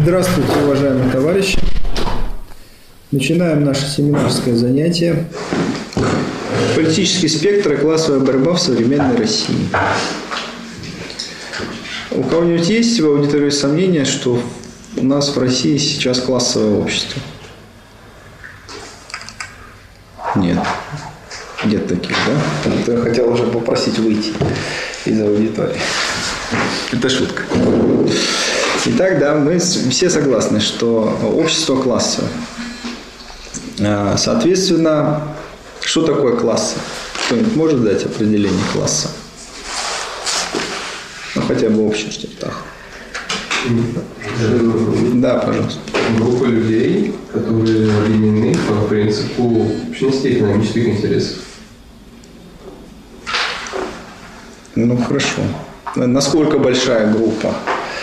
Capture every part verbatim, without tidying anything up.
Здравствуйте, уважаемые товарищи. Начинаем наше семинарское занятие. Политический спектр и классовая борьба в современной России. У кого-нибудь есть в аудитории сомнения, что у нас в России сейчас классовое общество? Нет. Нет таких, да? Это я хотел уже попросить выйти из аудитории. Это шутка. Итак, да, мы все согласны, что общество классовое. Соответственно, что такое классы? Кто-нибудь может дать определение класса? Ну, хотя бы в общих чертах. Да, пожалуйста. Группа людей, которые объединены по принципу общности экономических интересов. Ну, хорошо. Насколько большая группа?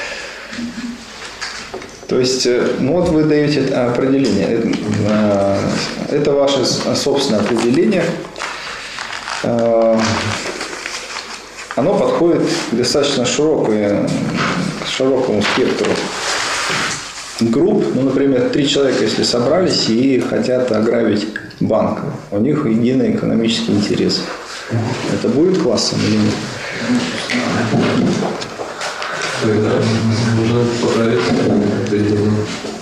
То есть, ну вот вы даете определение. Это, это ваше собственное определение. Оно подходит к достаточно широкой, к широкому спектру групп. Ну, например, три человека, если собрались и хотят ограбить банк, у них единый экономический интерес. Это будет классом или нет? Тогда нужно поправить определение.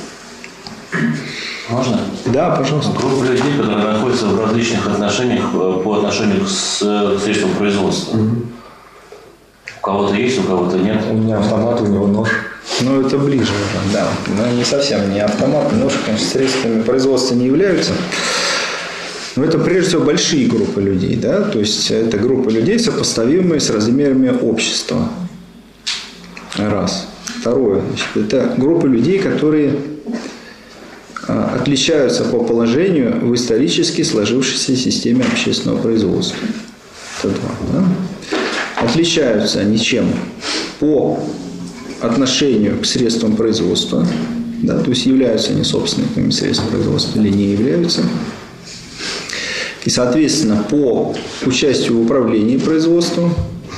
Можно? Да, пожалуйста. Группа людей, которые находятся в различных отношениях по отношению с средством производства. Mm-hmm. У кого-то есть, у кого-то нет. У меня автомат, у него нож. Ну, это ближе уже, да. Но не совсем, не автомат, нож, конечно, средствами производства не являются. Но это прежде всего большие группы людей, да, то есть это группа людей, сопоставимые с размерами общества. Раз. Второе. Значит, это группа людей, которые а, отличаются по положению в исторически сложившейся системе общественного производства. Это два. Да? Отличаются они чем? По отношению к средствам производства. Да, то есть являются они собственниками средств производства или не являются. И, соответственно, по участию в управлении производством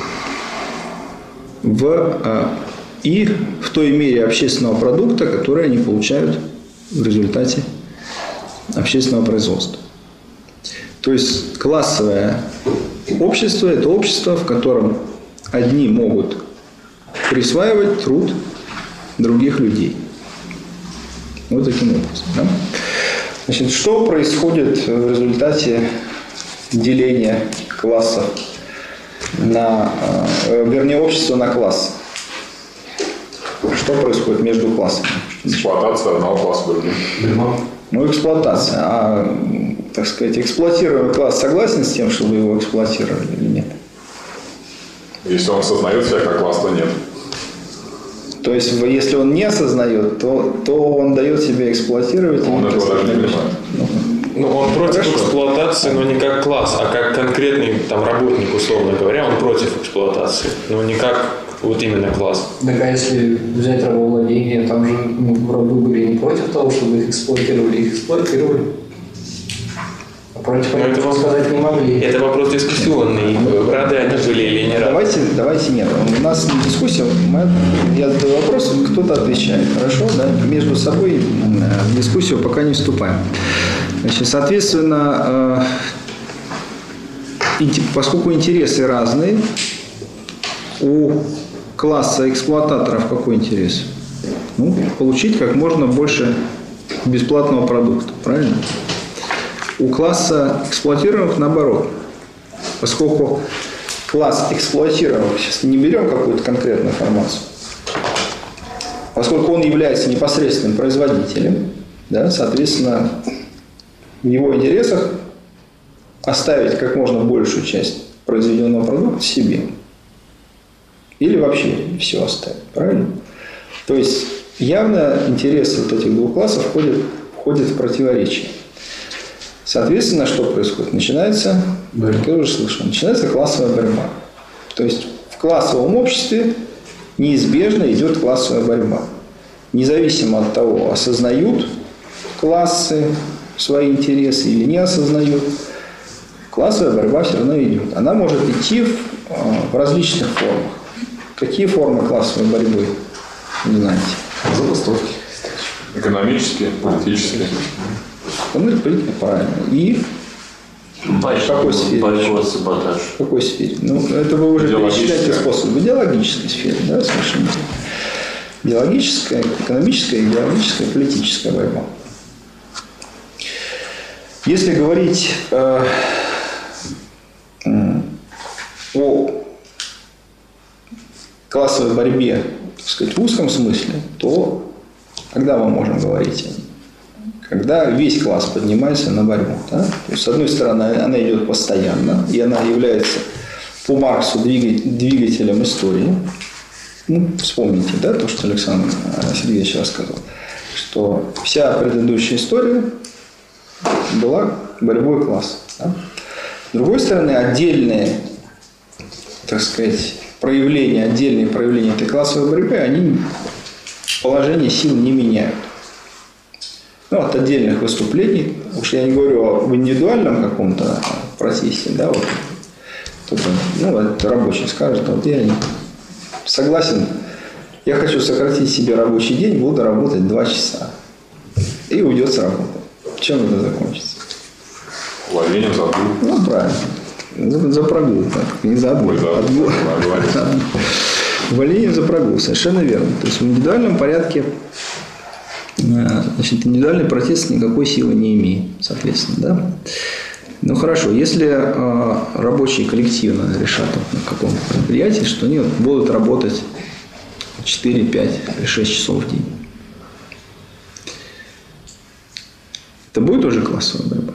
в, и в той мере общественного продукта, который они получают в результате общественного производства. То есть классовое общество – это общество, в котором одни могут присваивать труд других людей. Вот таким образом. Да? Значит, что происходит в результате деления классов на, вернее, общества на классы? Что происходит между классами? Эксплуатация одного класса другим. Ну, эксплуатация. А, так сказать, эксплуатируемый класс согласен с тем, чтобы его эксплуатировали или нет? Если он осознает себя как класс, то нет. То есть, если он не осознает, то, то он дает себя эксплуатировать. Он этого даже не понимает. Ну, он против Хорошо. эксплуатации, но не как класс, а как конкретный там работник, условно говоря, он против эксплуатации, но не как вот именно класс. Так а если взять рабовладение, там же ну, рабы были не против того, чтобы их эксплуатировали, их эксплуатировали. А против Но этого это сказать не могли. Это вопрос дискуссионный. Рады они были или не рады? Давайте, давайте нет. У нас не дискуссия. Мы, я задаю вопрос, кто-то отвечает. Хорошо, да? Между собой в дискуссию пока не вступаем. Значит, соответственно, поскольку интересы разные, у класса эксплуататоров какой интерес? Ну, получить как можно больше бесплатного продукта, правильно? У класса эксплуатируемых наоборот. Поскольку класс эксплуатируемых, сейчас не берем какую-то конкретную информацию, поскольку он является непосредственным производителем, да, соответственно, в его интересах оставить как можно большую часть произведенного продукта себе. Или вообще все оставить. Правильно? То есть явно интересы вот этих двух классов входят, входят в противоречие. Соответственно, что происходит? Начинается, как я уже слышал, начинается классовая борьба. То есть в классовом обществе неизбежно идет классовая борьба. Независимо от того, осознают классы свои интересы или не осознают, классовая борьба все равно идет. Она может идти в, в различных формах. Какие формы классовой борьбы? Не знаете. Забастовки. Экономически, политически. Политика, правильно. И в какой сфере? Большой саботаж. В какой сфере? Ну, это вы уже перечисляете способ. В идеологической сфере, да, совершенно. Идеологическая, экономическая, идеологическая, политическая борьба. Если говорить э, э, о классовой борьбе, так сказать, в узком смысле, то когда мы можем говорить о ней? Когда весь класс поднимается на борьбу. Да? То есть, с одной стороны, она идет постоянно, и она является по Марксу двигателем истории. Ну, вспомните, да, то, что Александр Сергеевич рассказал, что вся предыдущая история была борьбой класса. Да? С другой стороны, отдельные, так сказать, проявления, отдельные проявления этой классовой борьбы, они положение сил не меняют. Ну, от отдельных выступлений, уж я не говорю об индивидуальном каком-то протесте, да, вот, кто-то, ну, вот рабочий скажет, вот я согласен, я хочу сократить себе рабочий день, буду работать два часа. И уйдет с работы. Чем это закончится? Увольнением за отгул. Ну, правильно. За, за прогул. Так. Не за отгул. Отгул. Увольнением за прогул. Совершенно верно. То есть в индивидуальном порядке, значит, индивидуальный протест никакой силы не имеет, соответственно, да? Ну, хорошо, если э, рабочие коллективно решат на каком-то предприятии, что они будут работать четыре, пять или шесть часов в день, это будет уже классовая борьба?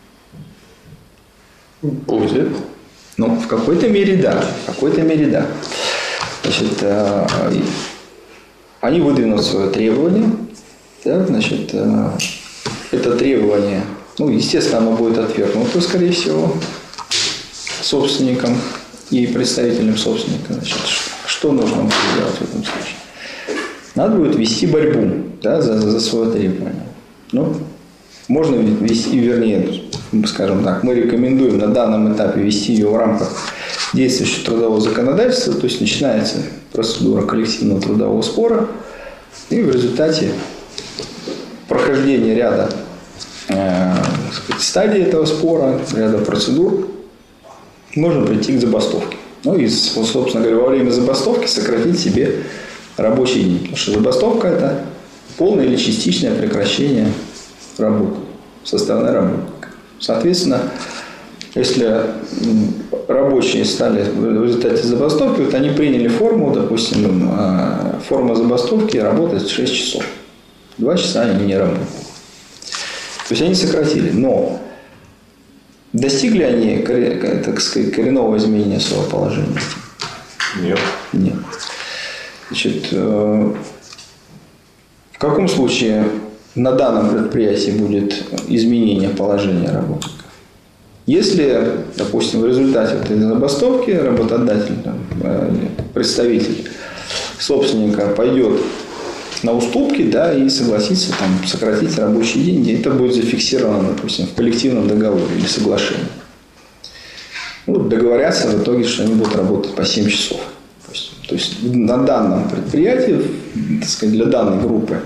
Будет. Ну, в какой-то мере да. В какой-то мере да. Значит, э, они выдвинут свое требование. Да, значит, э, это требование, ну, естественно, оно будет отвергнуто, скорее всего, собственникам и представителям собственника. Значит, что нужно будет делать в этом случае? Надо будет вести борьбу, да, за, за свое требование. Ну, можно вести, вернее, скажем так, мы рекомендуем на данном этапе вести ее в рамках действующего трудового законодательства, то есть начинается процедура коллективного трудового спора, и в результате прохождения ряда э, сказать, стадий этого спора, ряда процедур, можно прийти к забастовке. Ну и, собственно говоря, во время забастовки сократить себе рабочий день. Потому что забастовка – это полное или частичное прекращение работы со стороны работника. Соответственно, если рабочие стали в результате забастовки, вот они приняли форму, допустим, форма забастовки работает шесть часов. Два часа они не работают. То есть они сократили. Но достигли они, так сказать, коренного изменения своего положения? Нет. Нет. Значит, в каком случае на данном предприятии будет изменение положения работника? Если, допустим, в результате этой забастовки работодатель, представитель собственника пойдет на уступки, да, и согласится там, сократить рабочий день, это будет зафиксировано, допустим, в коллективном договоре или соглашении. Ну, договорятся в итоге, что они будут работать по семь часов. То есть, то есть на данном предприятии, так сказать, для данной группы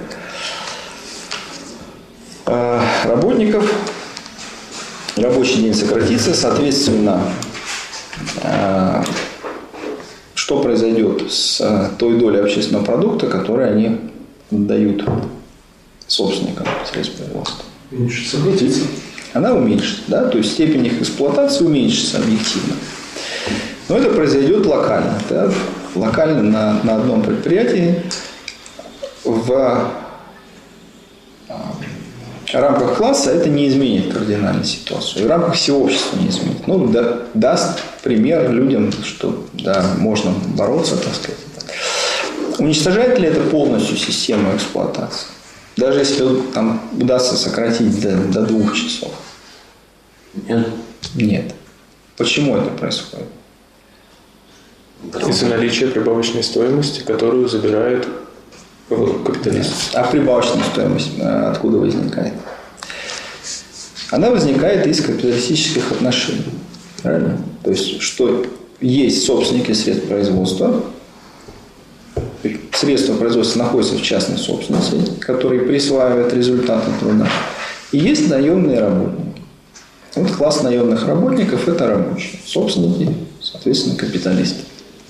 э, работников рабочий день сократится, соответственно, э, что произойдет с э, той долей общественного продукта, которую они дают собственникам средств производства? Уменьшится. Согласиться. Она уменьшится, да, то есть степень их эксплуатации уменьшится объективно. Но это произойдет локально, да, локально на, на одном предприятии в В рамках класса это не изменит кардинально ситуацию. И в рамках всего общества не изменит. Ну, да, даст пример людям, что да, можно бороться, так сказать. Уничтожает ли это полностью систему эксплуатации? Даже если там удастся сократить до, до двух часов? Нет. Нет. Почему это происходит? Из-за наличия прибавочной стоимости, которую забирает капиталист. А прибавочная стоимость откуда возникает? Она возникает из капиталистических отношений. Правильно? То есть, что есть собственники средств производства, средства производства находятся в частной собственности, которые присваивают результаты труда. И есть наемные работники. Вот класс наемных работников – это рабочие, собственники, соответственно, капиталисты.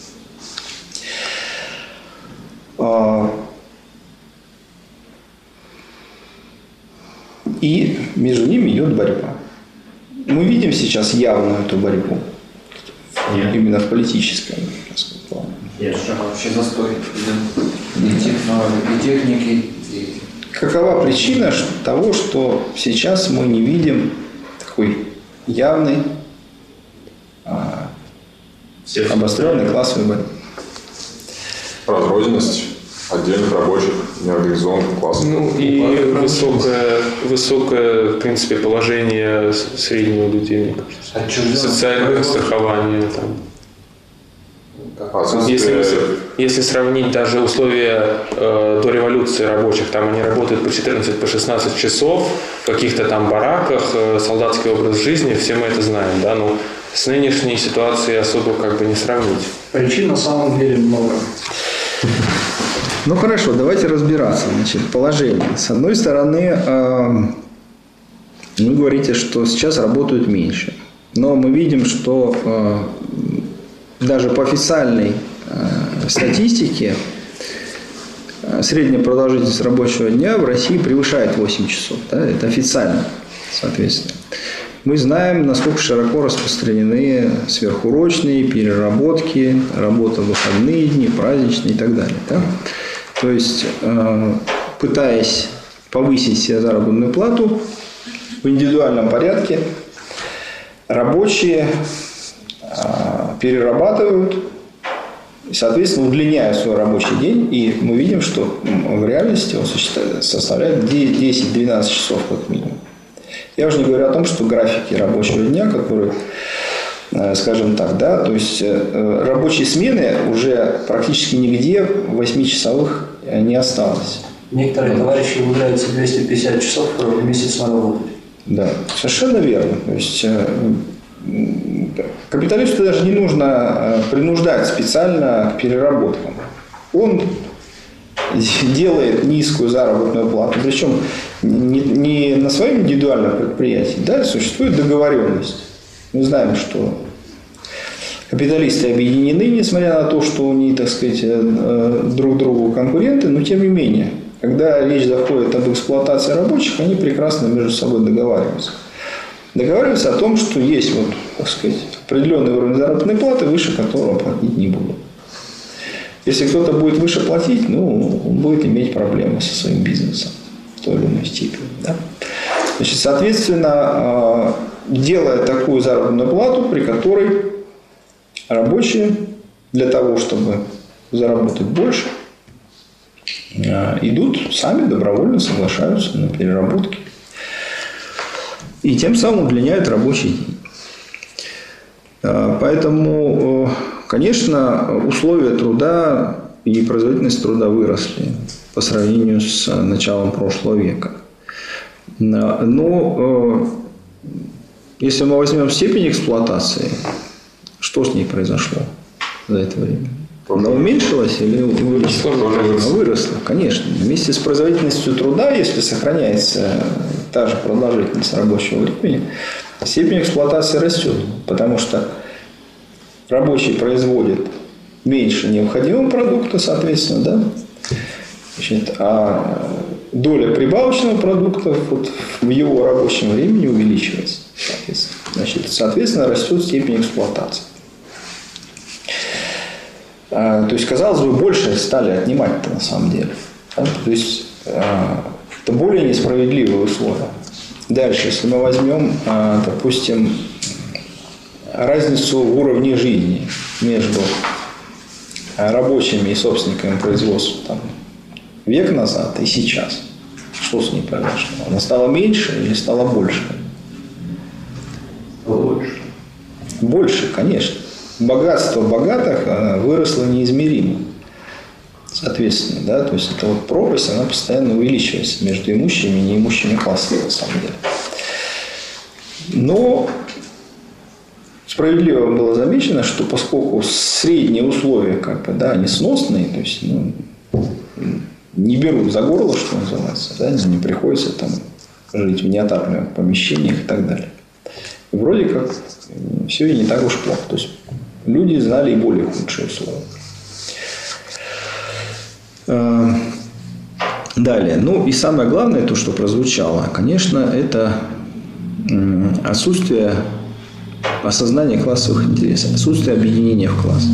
И между ними идет борьба. Мы видим сейчас явно эту борьбу. Нет. Именно в политическом плане. Нет, вообще застой. И техники, и... Какова причина того, что сейчас мы не видим такой явной, а, обостренной классовой борьбы? Разрозненность отдельных рабочих, неорганизованных классов. Ну и высокое, высокое, в принципе, положение среднего людей, социальное страхование. Там. А, если, если сравнить даже условия э, до революции рабочих, там они работают по четырнадцать, по шестнадцать часов, в каких-то там бараках, э, солдатский образ жизни, все мы это знаем, да, но с нынешней ситуацией особо как бы не сравнить. Причин на самом деле много. Ну хорошо, давайте разбираться. Значит, положение. С одной стороны, э, вы говорите, что сейчас работают меньше. Но мы видим, что э, даже по официальной э, статистике э, средняя продолжительность рабочего дня в России превышает восемь часов. Да? Это официально, соответственно. Мы знаем, насколько широко распространены сверхурочные, переработки, работа в выходные дни, праздничные и так далее. Да? То есть, э, пытаясь повысить себе заработную плату в индивидуальном порядке, рабочие э, перерабатывают, и, соответственно, удлиняя свой рабочий день. И мы видим, что в реальности он составляет десять-двенадцать часов как минимум. Я уже не говорю о том, что графики рабочего дня, которые, скажем так, да, то есть рабочие смены уже практически нигде восьмичасовых не осталось. Некоторые товарищи умудряются двести пятьдесят часов в месяц наработать. Да, совершенно верно. То есть капиталисту даже не нужно принуждать специально к переработкам. Он делает низкую заработную плату, причем не, не на своем индивидуальном предприятии, да, существует договоренность. Мы знаем, что капиталисты объединены, несмотря на то, что они, так сказать, друг другу конкуренты, но тем не менее, когда речь заходит об эксплуатации рабочих, они прекрасно между собой договариваются. Договариваются о том, что есть вот, так сказать, определенный уровень заработной платы, выше которого платить не будут. Если кто-то будет выше платить, ну, он будет иметь проблемы со своим бизнесом в той или иной степени. Да? Значит, соответственно, делая такую заработную плату, при которой рабочие для того, чтобы заработать больше, идут сами добровольно, соглашаются на переработки. И тем самым удлиняют рабочий день. Поэтому, конечно, условия труда и производительность труда выросли по сравнению с началом прошлого века. Но если мы возьмем степень эксплуатации, что с ней произошло за это время? Она уменьшилась или увеличилась? Она выросла, конечно. Вместе с производительностью труда, если сохраняется та же продолжительность рабочего времени, степень эксплуатации растет, потому что рабочий производит меньше необходимого продукта, соответственно, да? Значит, а доля прибавочного продукта вот в его рабочем времени увеличивается. Соответственно, Значит, соответственно растет степень эксплуатации. А, то есть, казалось бы, больше стали отнимать-то на самом деле. Да? То есть, а, это более несправедливые условия. Дальше, если мы возьмем, а, допустим, разницу в уровне жизни между рабочими и собственниками производства там, век назад и сейчас. Что с ней произошло? Она стала меньше или стала больше? Больше. Больше, конечно. Богатство богатых выросло неизмеримо. Соответственно, да, то есть эта вот пропасть, она постоянно увеличивается между имущими и неимущими классами, на самом деле. Но справедливо было замечено, что поскольку средние условия, как бы, да, они сносные, то есть, ну, не берут за горло, что называется, да, не приходится там жить в неотапливаемых помещениях и так далее. И вроде как все и не так уж плохо. То есть люди знали и более худшие условия. Далее. Ну и самое главное, то, что прозвучало, конечно, это отсутствие осознания классовых интересов, отсутствие объединения в класс.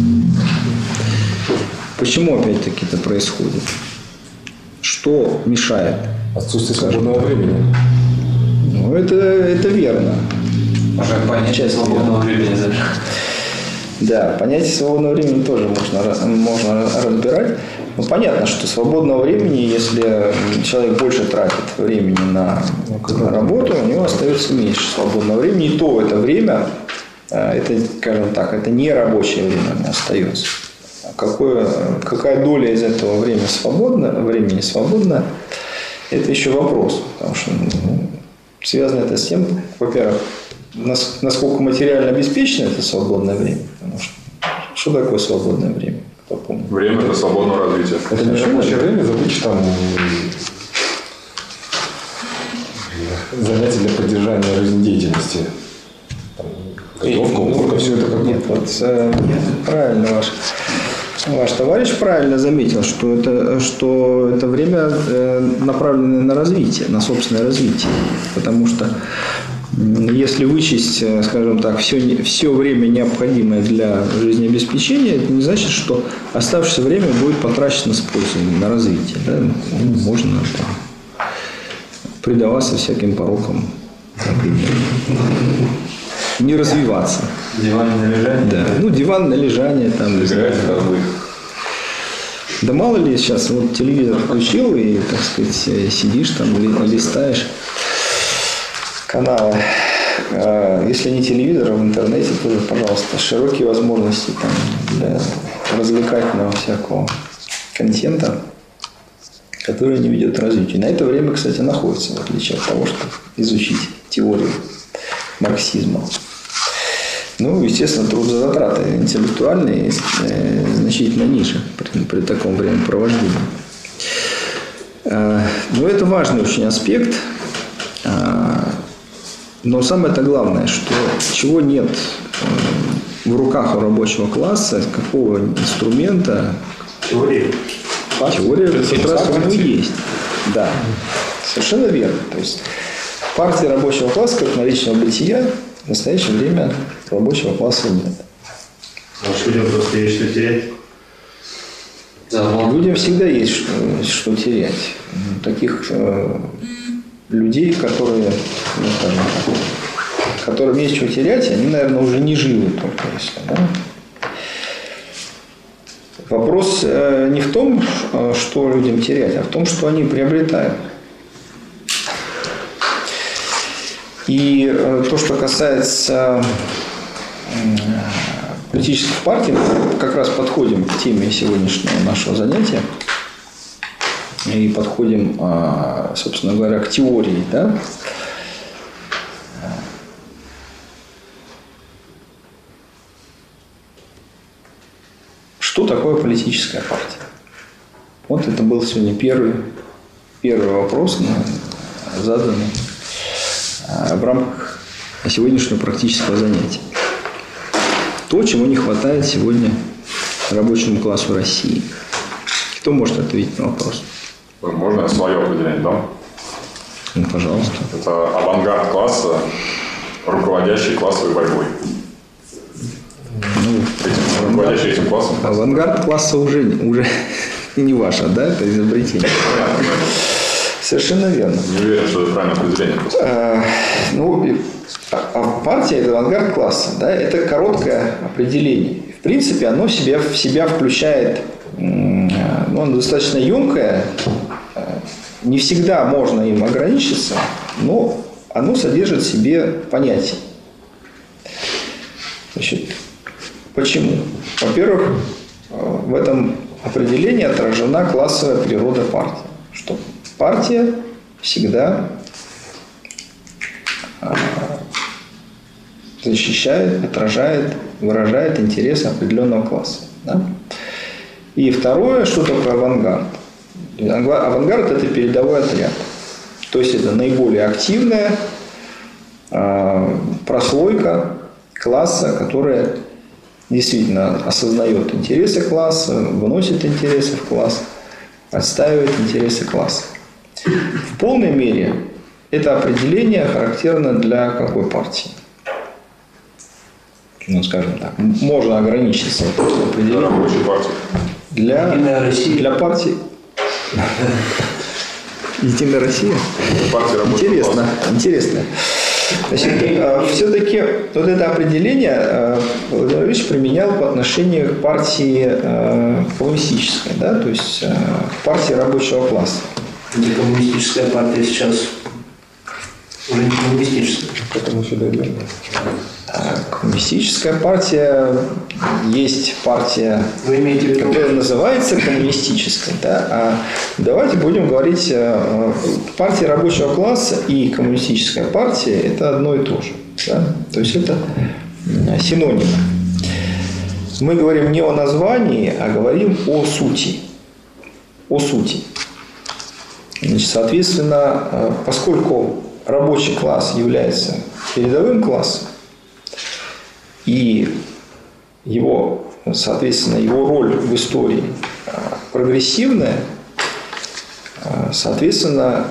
Почему опять-таки это происходит? Что мешает? Отсутствие свободного времени. Ну, это, это верно. Уже понятие свободного времени даже. Да, понятие свободного времени тоже можно, можно разбирать. Ну, понятно, что свободного времени, если человек больше тратит времени на работу, у него остается меньше свободного времени. И то в это время, это, скажем так, это не рабочее время остается. Какое, какая доля из этого времени свободна, времени свободна, это еще вопрос. Потому что ну, связано это с тем, во-первых, насколько материально обеспечено это свободное время. Потому что, что такое свободное время? Кто помнит? Время для свободного развития. Это не рабочее время, забыть там занятия для поддержания жизнедеятельности. Готовка, уборка, все это как Нет, вот нет, правильно ваш, ваш товарищ правильно заметил, что это, что это время направленное на развитие, на собственное развитие. Потому что если вычесть, скажем так, все, все время, необходимое для жизнеобеспечения, это не значит, что оставшееся время будет потрачено с пользой на развитие. Да? Ну, можно там, предаваться всяким порокам, не развиваться. Диванное лежание? Да. Ну, диванное лежание. Там, Играть в козлы. да мало ли сейчас, вот телевизор включил и, так сказать, сидишь там, листаешь каналы. Если не телевизор, а в интернете, тоже, пожалуйста, широкие возможности там, для развлекательного всякого контента, который не ведет к развитию. На это время, кстати, находится, в отличие от того, чтобы изучить теорию марксизма. Ну, естественно, трудозатраты интеллектуальные э, значительно ниже при, при таком времяпровождении. Э, но это важный очень аспект. Э, но самое-то главное, что чего нет э, в руках у рабочего класса, какого инструмента. Теория. Теория как раз у него есть. Да, совершенно верно. То есть партия рабочего класса, как наличного бытия, в настоящее время рабочего класса нет. Может, людям просто есть что терять? Да, людям всегда есть что, что терять. Таких э, людей, которые, ну, скажем так, которым есть что терять, они, наверное, уже не живы только если. Да? Вопрос э, не в том, что людям терять, а в том, что они приобретают. И э, то, что касается э, политических партий, мы как раз подходим к теме сегодняшнего нашего занятия и подходим, э, собственно говоря, к теории, да? Что такое политическая партия? Вот это был сегодня первый, первый вопрос, заданный в рамках сегодняшнего практического занятия. То, чего не хватает сегодня рабочему классу России. Кто может ответить на вопрос? Можно я свое определение дам? Ну, пожалуйста. Это авангард класса, руководящий классовой борьбой. Ну, Этим, руководящий этим классом. Авангард класса уже, уже не ваше, да, это изобретение. Совершенно верно. Не уверен, что это правильное определение. А, ну, а партия – это авангард класса. Да, это короткое определение. В принципе, оно себя, в себя включает, ну, оно достаточно емкое. Не всегда можно им ограничиться, но оно содержит в себе понятие. Значит, почему? Во-первых, в этом определении отражена классовая природа партии. Что партия всегда защищает, отражает, выражает интересы определенного класса. Да? И второе, что такое авангард? Авангард – это передовой отряд. То есть это наиболее активная э, прослойка класса, которая действительно осознает интересы класса, выносит интересы в класс, отстаивает интересы класса. В полной мере это определение характерно для какой партии? Ну, скажем так, можно ограничиться определением. Для рабочей партии. Для, для партии. Единая Россия? Партия рабочего Интересно, класса. интересно. Значит, все-таки вот это определение Владимир Ильич применял по отношению к партии коммунистической, да, то есть к партии рабочего класса. Где коммунистическая партия сейчас уже не коммунистическая. К этому еще дойдем. Коммунистическая партия есть партия, Вы имеете в виду? которая называется коммунистической, да? А давайте будем говорить, партия рабочего класса и коммунистическая партия – это одно и то же, да? То есть это синонимы. Мы говорим не о названии, а говорим о сути, о сути. Значит, соответственно, поскольку рабочий класс является передовым классом, и его, соответственно, его роль в истории прогрессивная, соответственно,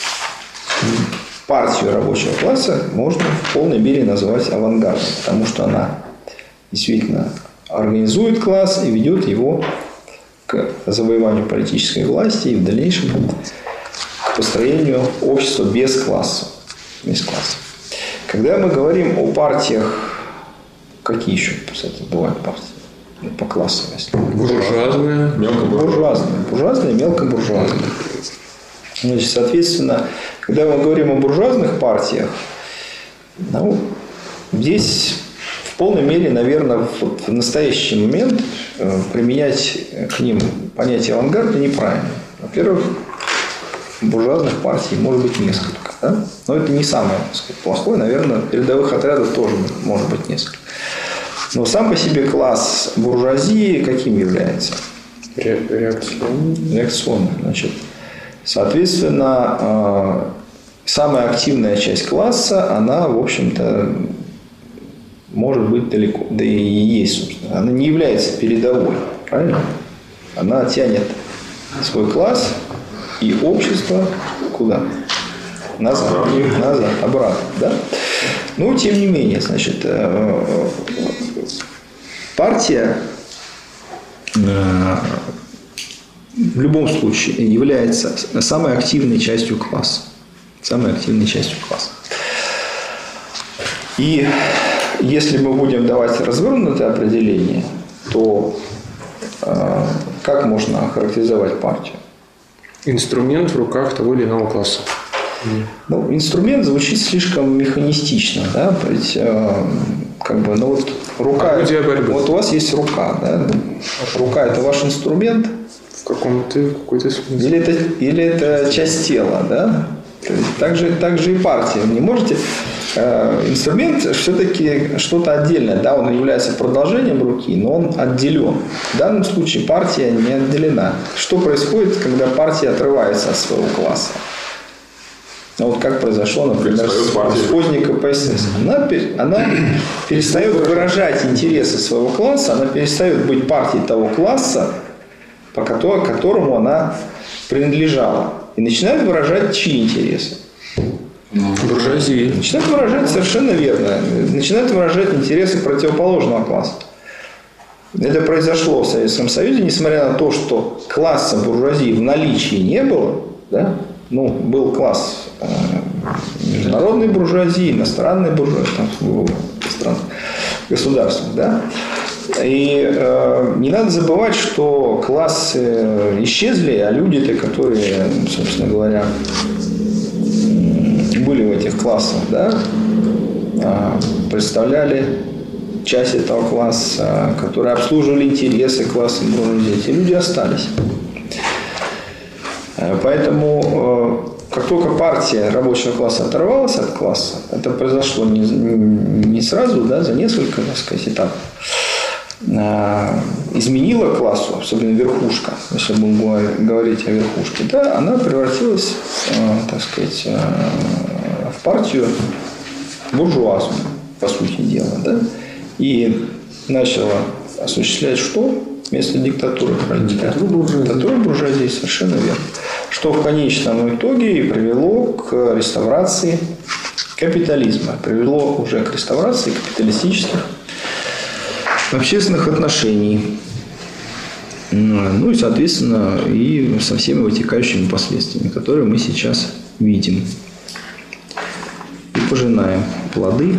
партию рабочего класса можно в полной мере назвать авангардом, потому что она действительно организует класс и ведет его к завоеванию политической власти и в дальнейшем к построению общества без класса. Без класса. Когда мы говорим о партиях, какие еще, кстати, бывают партии по классовости? Буржуазные. Буржуазные. Буржуазные, мелкобуржуазные. Значит, соответственно, когда мы говорим о буржуазных партиях, ну, здесь в полной мере, наверное, в, в настоящий момент применять к ним понятие авангарда неправильно. Во-первых, буржуазных партий может быть несколько. Да? Но это не самое, так сказать, плохое. Наверное, передовых отрядов тоже может быть несколько. Но сам по себе класс буржуазии каким является? Реакционный. Реакционный. Значит, соответственно, самая активная часть класса, она, в общем-то, может быть далеко. Да и есть, собственно. Она не является передовой. Правильно? Она тянет свой класс и общество куда? Назад. Назад, обратно. Да? Но, тем не менее, значит, партия в любом случае является самой активной частью класса. Самой активной частью класса. И если мы будем давать развернутое определение, то как можно охарактеризовать партию? Инструмент в руках того или иного класса. Ну, инструмент звучит слишком механистично, да, то есть, э, как бы, ну вот рука, вот у вас есть рука, да, рука – это ваш инструмент, В каком-то какой-то смысле. или это, или это часть тела, да, то есть, так же, так же и партия, вы не можете, э, инструмент все-таки что-то отдельное, да, он является продолжением руки, но он отделен, в данном случае партия не отделена. Что происходит, когда партия отрывается от своего класса? Ну, вот как произошло, например, с поздней ка пэ эс эс. Она, она перестает выражать интересы своего класса, она перестает быть партией того класса, по которому она принадлежала. И начинает выражать чьи интересы? Буржуазии. Начинает выражать, совершенно верно, начинает выражать интересы противоположного класса. Это произошло в Советском Союзе, несмотря на то, что класса буржуазии в наличии не было, да? Ну, был класс э, международной буржуазии, иностранной буржуазии, там, в странах, государствах, да. И э, не надо забывать, что классы исчезли, а люди-то, которые, собственно говоря, были в этих классах, да, э, представляли часть этого класса, которые обслуживали интересы класса буржуазии, эти люди остались. Поэтому, как только партия рабочего класса оторвалась от класса, это произошло не, не сразу, да, за несколько, так сказать, этапов, изменила классу, особенно верхушка, если будем говорить о верхушке, да, она превратилась, так сказать, в партию буржуазную, по сути дела, да, и начала осуществлять что? Вместо диктатуры пролетариата. Диктатуру буржуазии, совершенно верно. Что в конечном итоге и привело к реставрации капитализма, привело уже к реставрации капиталистических общественных отношений. Ну и, соответственно, и со всеми вытекающими последствиями, которые мы сейчас видим. И пожинаем плоды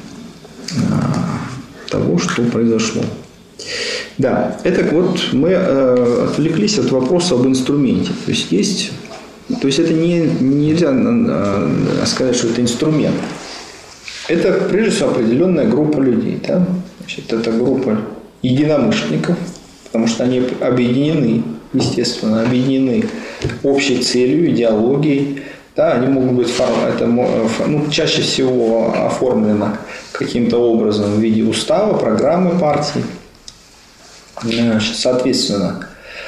того, что произошло. Да, это вот мы э, отвлеклись от вопроса об инструменте. То есть есть, то есть это не, нельзя э, сказать, что это инструмент. Это прежде всего определенная группа людей. Да? Значит, это группа единомышленников, потому что они объединены, естественно, объединены общей целью, идеологией. Да, они могут быть это, ну, чаще всего оформлено каким-то образом в виде устава, программы партии. Значит, соответственно,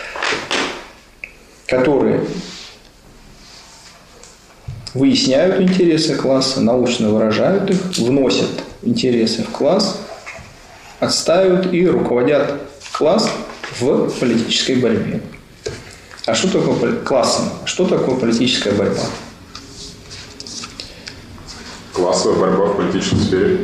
которые выясняют интересы класса, научно выражают их, вносят интересы в класс, отстаивают и руководят класс в политической борьбе. А что такое классом? Что такое политическая борьба? Классовая борьба в политической сфере.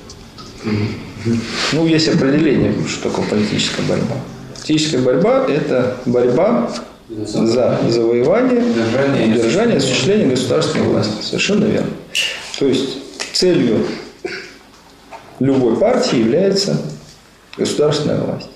Ну, есть определение, что такое политическая борьба. Политическая борьба – это борьба за завоевание, удержание, осуществление государственной власти. Совершенно верно. То есть целью любой партии является государственная власть.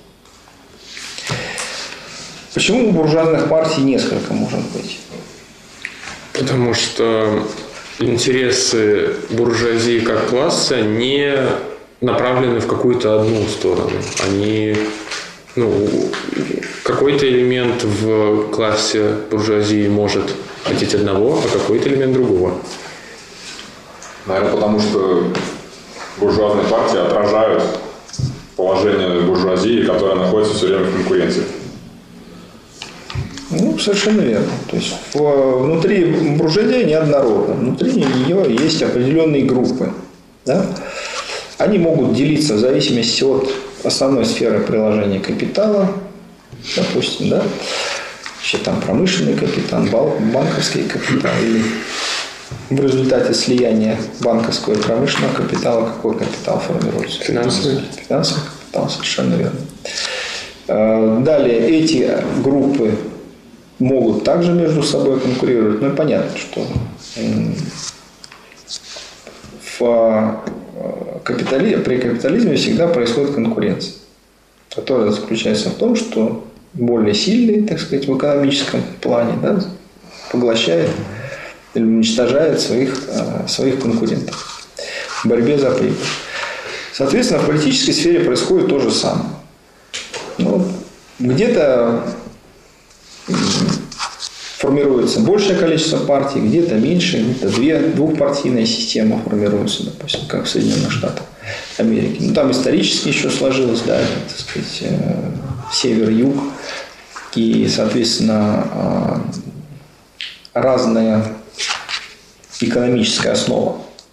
Почему у буржуазных партий несколько может быть? Потому что интересы буржуазии как класса не направлены в какую-то одну сторону. Они, ну, какой-то элемент в классе буржуазии может хотеть одного, а какой-то элемент другого. Наверное, потому что буржуазные партии отражают положение буржуазии, которая находится все время в конкуренции. Ну, совершенно верно. То есть внутри буржуазии неоднородно. Внутри нее есть определенные группы. Да? Они могут делиться в зависимости от основной сферы приложения капитала, допустим, да, еще там промышленный капитал, банковский капитал, или в результате слияния банковского и промышленного капитала какой капитал формируется? Финансовый. Финансовый капитал, совершенно верно. Далее эти группы могут также между собой конкурировать. Ну и понятно, что в капитали... при капитализме всегда происходит конкуренция, которая заключается в том, что более сильный, так сказать, в экономическом плане, да, поглощает или уничтожает своих, своих конкурентов в борьбе за прибыль. Соответственно, в политической сфере происходит то же самое. Ну, где-то формируется большее количество партий, где-то меньше, где-то две, двухпартийная система формируется, допустим, как в Соединенных Штатах Америки. Ну, там исторически еще сложилось, да, это, так сказать, север-юг, и, соответственно, разная экономическая основа.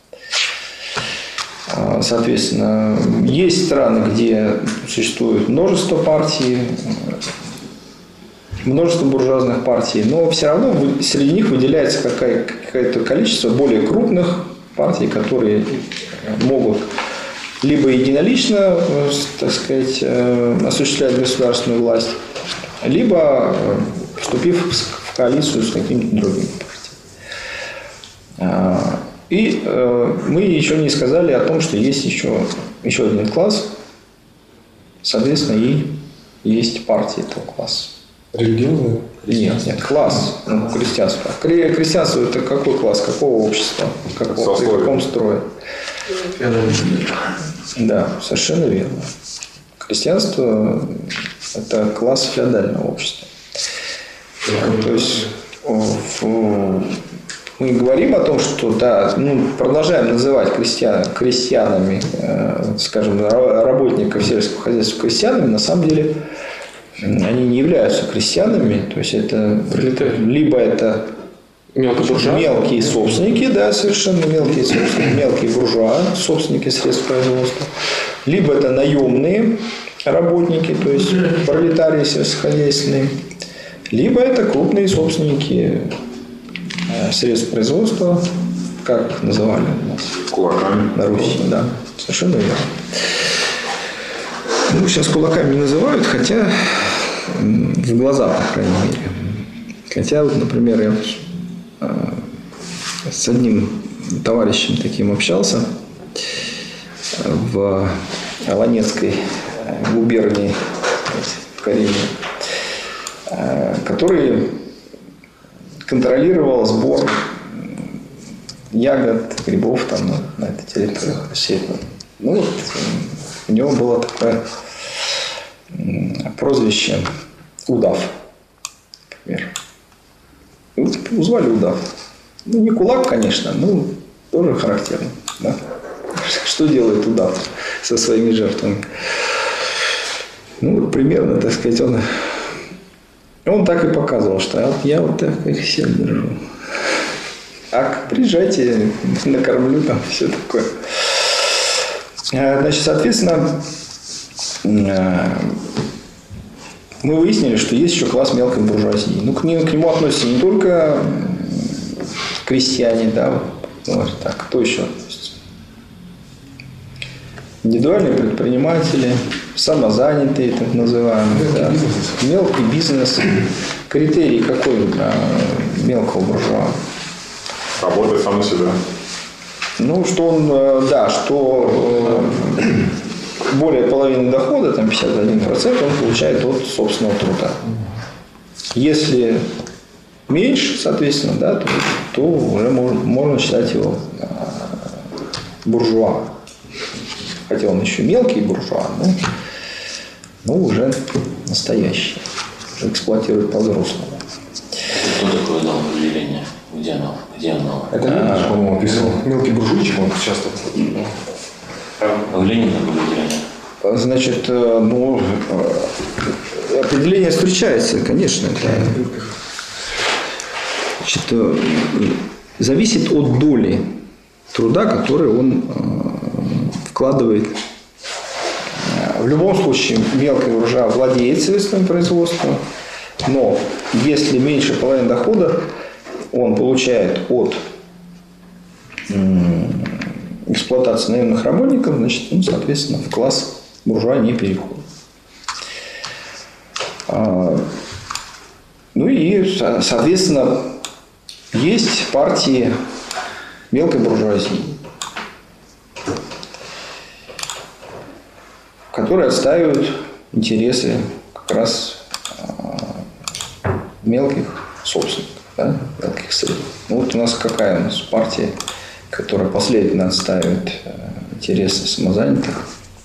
Соответственно, есть страны, где существует множество партий, множество буржуазных партий, но все равно среди них выделяется какое-то количество более крупных партий, которые могут либо единолично, так сказать, осуществлять государственную власть, либо вступив в коалицию с какими-то другими партиями. И мы еще не сказали о том, что есть еще, еще один класс, соответственно, и есть партии этого класса. Религиозный? Нет, нет, класс, ну, крестьянство. Крестьянство – это какой класс, какого общества, какого, при каком строе? Да, совершенно верно. Крестьянство – это класс феодального общества. То есть в мы говорим о том, что да, ну, продолжаем называть крестьян, крестьянами, э, скажем, работников сельского хозяйства крестьянами, на самом деле они не являются крестьянами, то есть это либо это мелкие собственники, да, совершенно мелкие собственники, мелкие буржуа, собственники средств производства, либо это наемные работники, то есть пролетарии сельскохозяйственные, либо это крупные собственники средств производства, как их называли у нас? Кулаками. На Руси, да. Совершенно верно. Ну, сейчас кулаками не называют, хотя в глаза, по крайней мере. Хотя, вот, например, я с одним товарищем таким общался в Аланецкой губернии в Карелии, который контролировал сбор ягод, грибов там на, на этой территории. Ну, вот, у него было такое прозвище Удав, например. И вот звали Удав. Ну, не кулак, конечно, но тоже характерно. Да? Что делает Удав со своими жертвами? Ну, вот примерно, так сказать, он... Он так и показывал, что я вот так их всех держу. А приезжайте, накормлю там, все такое. Значит, соответственно, мы выяснили, что есть еще класс мелкой буржуазии. Ну, к нему, к нему относятся не только крестьяне, да, вот так, кто еще? Индивидуальные предприниматели, самозанятые, так называемые. Мелкий, да. бизнес. Мелкий бизнес. Критерий какой для мелкого буржуа? Работает сам на себя. Ну, что он, да, что более половины дохода, там пятьдесят один процент, он получает от собственного труда. Если меньше, соответственно, да, то, то уже можно, можно считать его буржуа. Хотя он еще мелкий буржуа, но, но уже настоящий. Уже эксплуатирует по-взрослому. Кто такое дал определение? Где оно? Где оно? Это Ленин, по-моему, описывал. Мелкий буржуйчик, он часто. В Ленин такое определение? Значит, ну, определение встречается, конечно. Да. Значит, зависит от доли труда, который он вкладывает. В любом случае, мелкий буржуа владеет средствами производства, но если меньше половины дохода он получает от эксплуатации наемных работников, значит, он, соответственно, в класс буржуа не переходит. Ну и, соответственно, есть партии мелкой буржуазии, которые отстаивают интересы как раз мелких собственников, да, мелких средств. Ну, вот у нас какая у нас партия, которая последовательно отстаивает интересы самозанятых?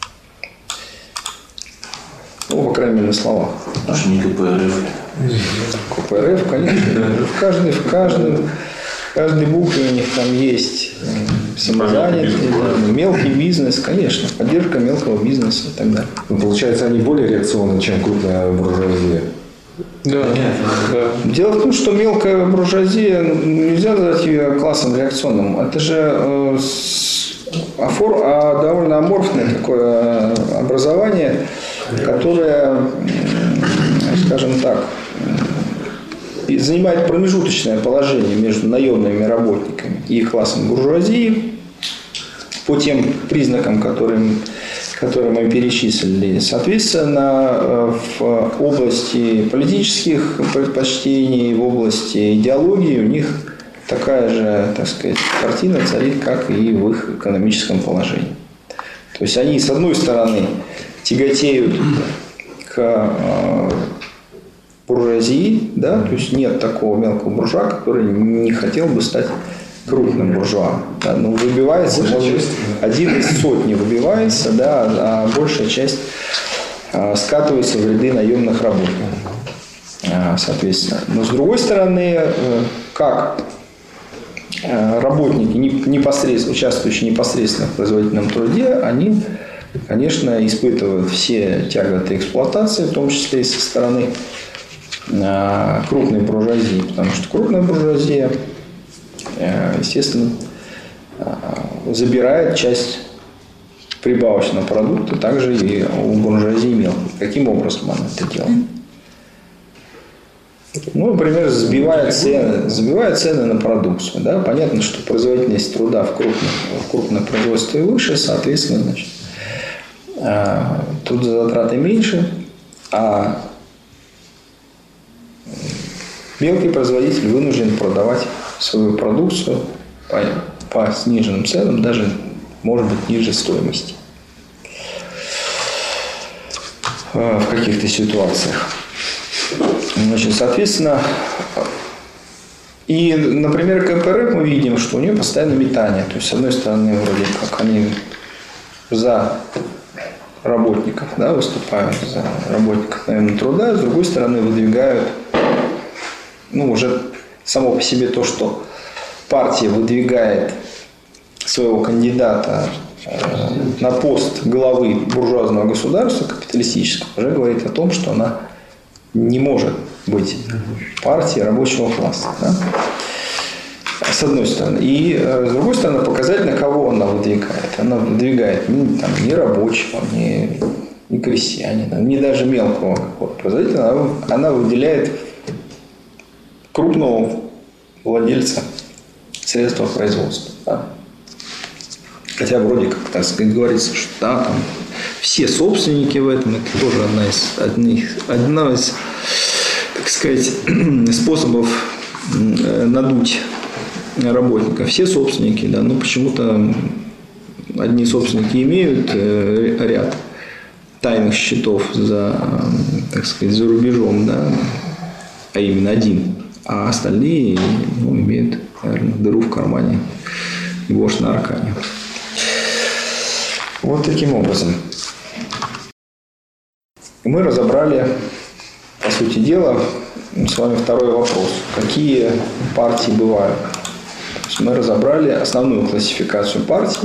Ну, по крайней мере, на словах. Уж не КПРФ. КПРФ, конечно. В каждой, в каждом, в каждой букве у них там есть самозанятые, да, мелкий бизнес, конечно, поддержка мелкого бизнеса и так далее. Ну, получается, они более реакционны, чем крупная буржуазия. Да. Да. Дело в том, что мелкая буржуазия, нельзя назвать ее классом реакционным. Это же э, афор, а довольно аморфное такое образование, которое, скажем так, занимает промежуточное положение между наемными работниками и классом буржуазии по тем признакам, которые, которые мы перечислили. Соответственно, в области политических предпочтений, в области идеологии у них такая же, так сказать, картина царит, как и в их экономическом положении. То есть они, с одной стороны, тяготеют к буржуазии, да, то есть нет такого мелкого буржуа, который не хотел бы стать крупным буржуа. Да, ну, выбивается, может быть, один из сотни выбивается, да, а большая часть а, скатывается в ряды наемных работников. А, соответственно. Но с другой стороны, как работники, непосредственно, участвующие непосредственно в производительном труде, они, конечно, испытывают все тяготы эксплуатации, в том числе и со стороны крупной буржуазии, потому что крупная буржуазия, естественно, забирает часть прибавочного продукта, также и у буржуазии мелкой. Каким образом она это делает? Ну, например, забивает цены, забивает цены на продукцию. Да? Понятно, что производительность труда в крупном, в крупном производстве выше, соответственно, значит, трудозатраты меньше, а мелкий производитель вынужден продавать свою продукцию по, по сниженным ценам, даже, может быть, ниже стоимости в каких-то ситуациях. Значит, соответственно, и, например, КПРФ мы видим, что у нее постоянно метание. То есть, с одной стороны, вроде как они за работников, да, выступают, за работников наемного труда, с другой стороны, выдвигают, ну, уже само по себе то, что партия выдвигает своего кандидата на пост главы буржуазного государства капиталистического, уже говорит о том, что она не может быть партией рабочего класса. Да? С одной стороны. И с другой стороны, показать, на кого она выдвигает. Она выдвигает ни, там, ни рабочего, ни, ни крестьянина, ни даже мелкого какого-то производителя. Она, она выделяет крупного владельца средства производства. Да? Хотя вроде как, так сказать, говорится, что да, там все собственники в этом, это тоже одна из, одних, одна из, так сказать, способов надуть работников. Все собственники, да, но почему-то одни собственники имеют ряд тайных счетов за, так сказать, за рубежом, да, а именно один, а остальные, ну, имеют, наверное, дыру в кармане и вошь на аркане. Вот таким образом. Мы разобрали, по сути дела, с вами второй вопрос. Какие партии бывают? То есть мы разобрали основную классификацию партий,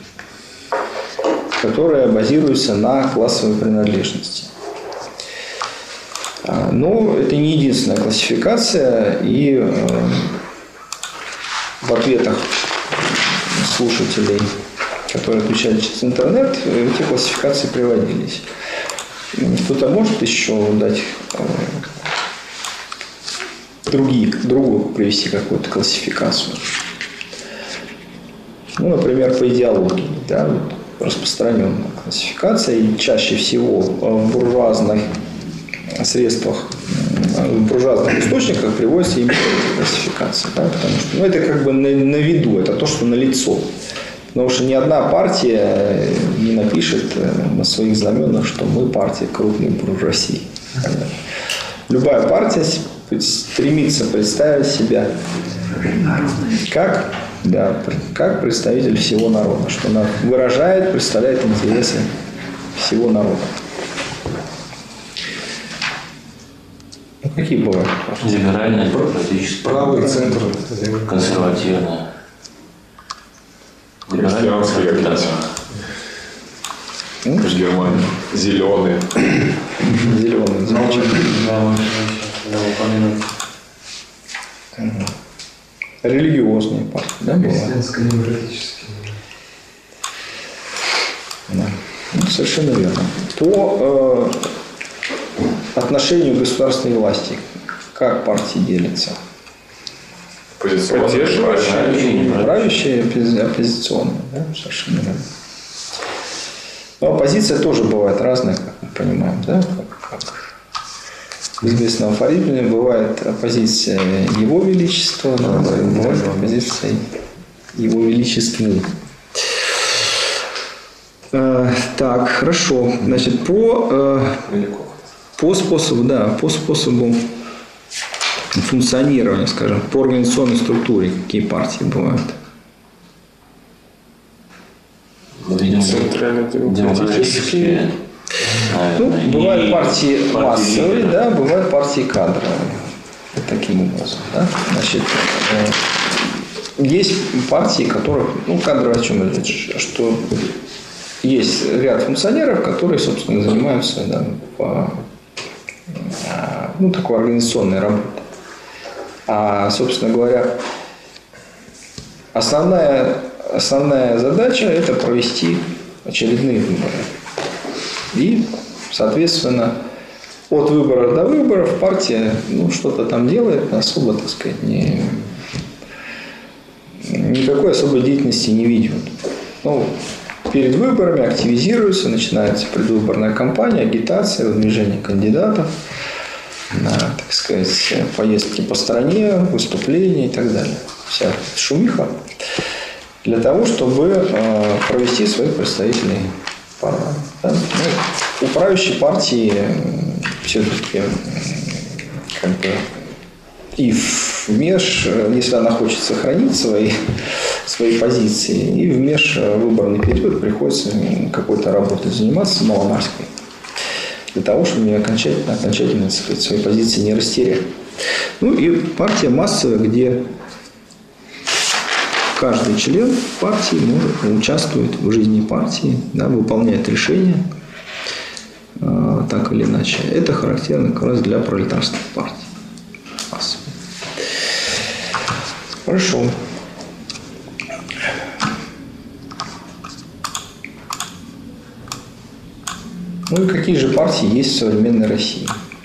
которая базируется на классовой принадлежности. Но это не единственная классификация, и в ответах слушателей, которые отвечали через интернет, эти классификации приводились. Кто-то может еще дать другие, другую привести какую-то классификацию? Ну, например, по идеологии. Да, вот распространенная классификация. И чаще всего в буржуазных средствах, в буржуазных источниках приводится именно эта классификация. Да, потому что, ну, это как бы на, на виду, это то, что налицо. Потому что ни одна партия не напишет на своих знаменах, что мы партия крупной буржуазии. Любая партия стремится представить себя как, да, как представитель всего народа, что она выражает, представляет интересы всего народа. Ну, какие бывают? Либеральная, демократическая, Правый центр. консервативная. Христианские какие-то. В Германии. Зеленые. Зеленые. Замечательно. Религиозные партии, да, бывают? Христианско-демократические. Да. Ну, совершенно верно. По э, отношению государственной власти, как партии делятся? Поддерживающие. Правящие, оппозиционные. Да? Совершенно верно. Но оппозиция тоже бывает разная, как мы понимаем. Да? Как, как в известном афоризме бывает оппозиция Его Величества, да, бывает оппозиция Его Величеству. Э, так, хорошо. Значит, по, э, по способу, да, по способу функционирования, скажем, по организационной структуре, какие партии бывают? Видимо, демократические. Ну, бывают И партии массовые, лидеров. да, бывают партии кадровые. Таким образом, да. Значит, есть партии, которых, ну, кадровые о чем речь, что есть ряд функционеров, которые, собственно, занимаются да, по, ну, такой организационной работой. А, собственно говоря, основная, основная задача – это провести очередные выборы. И, соответственно, от выборов до выборов партия ну, что-то там делает, особо, так сказать, не, никакой особой деятельности не ведет. Ну, перед выборами активизируется, начинается предвыборная кампания, агитация, выдвижение кандидатов, на, так сказать, поездки по стране, выступления и так далее. Вся шумиха для того, чтобы э, провести своих представителей в парламент. Да? Ну, у правящей партии все-таки как бы и в меж, если она хочет сохранить свои, свои позиции, и в межвыборный период приходится какой-то работой заниматься маломальской, для того, чтобы не окончательно, окончательно так сказать, свои позиции не растерять. Ну и партия массовая, где каждый член партии может, участвует в жизни партии, да, выполняет решения э, так или иначе. Это характерно как раз для пролетарских партий. Массовых. Хорошо. Ну и какие же партии есть в современной России?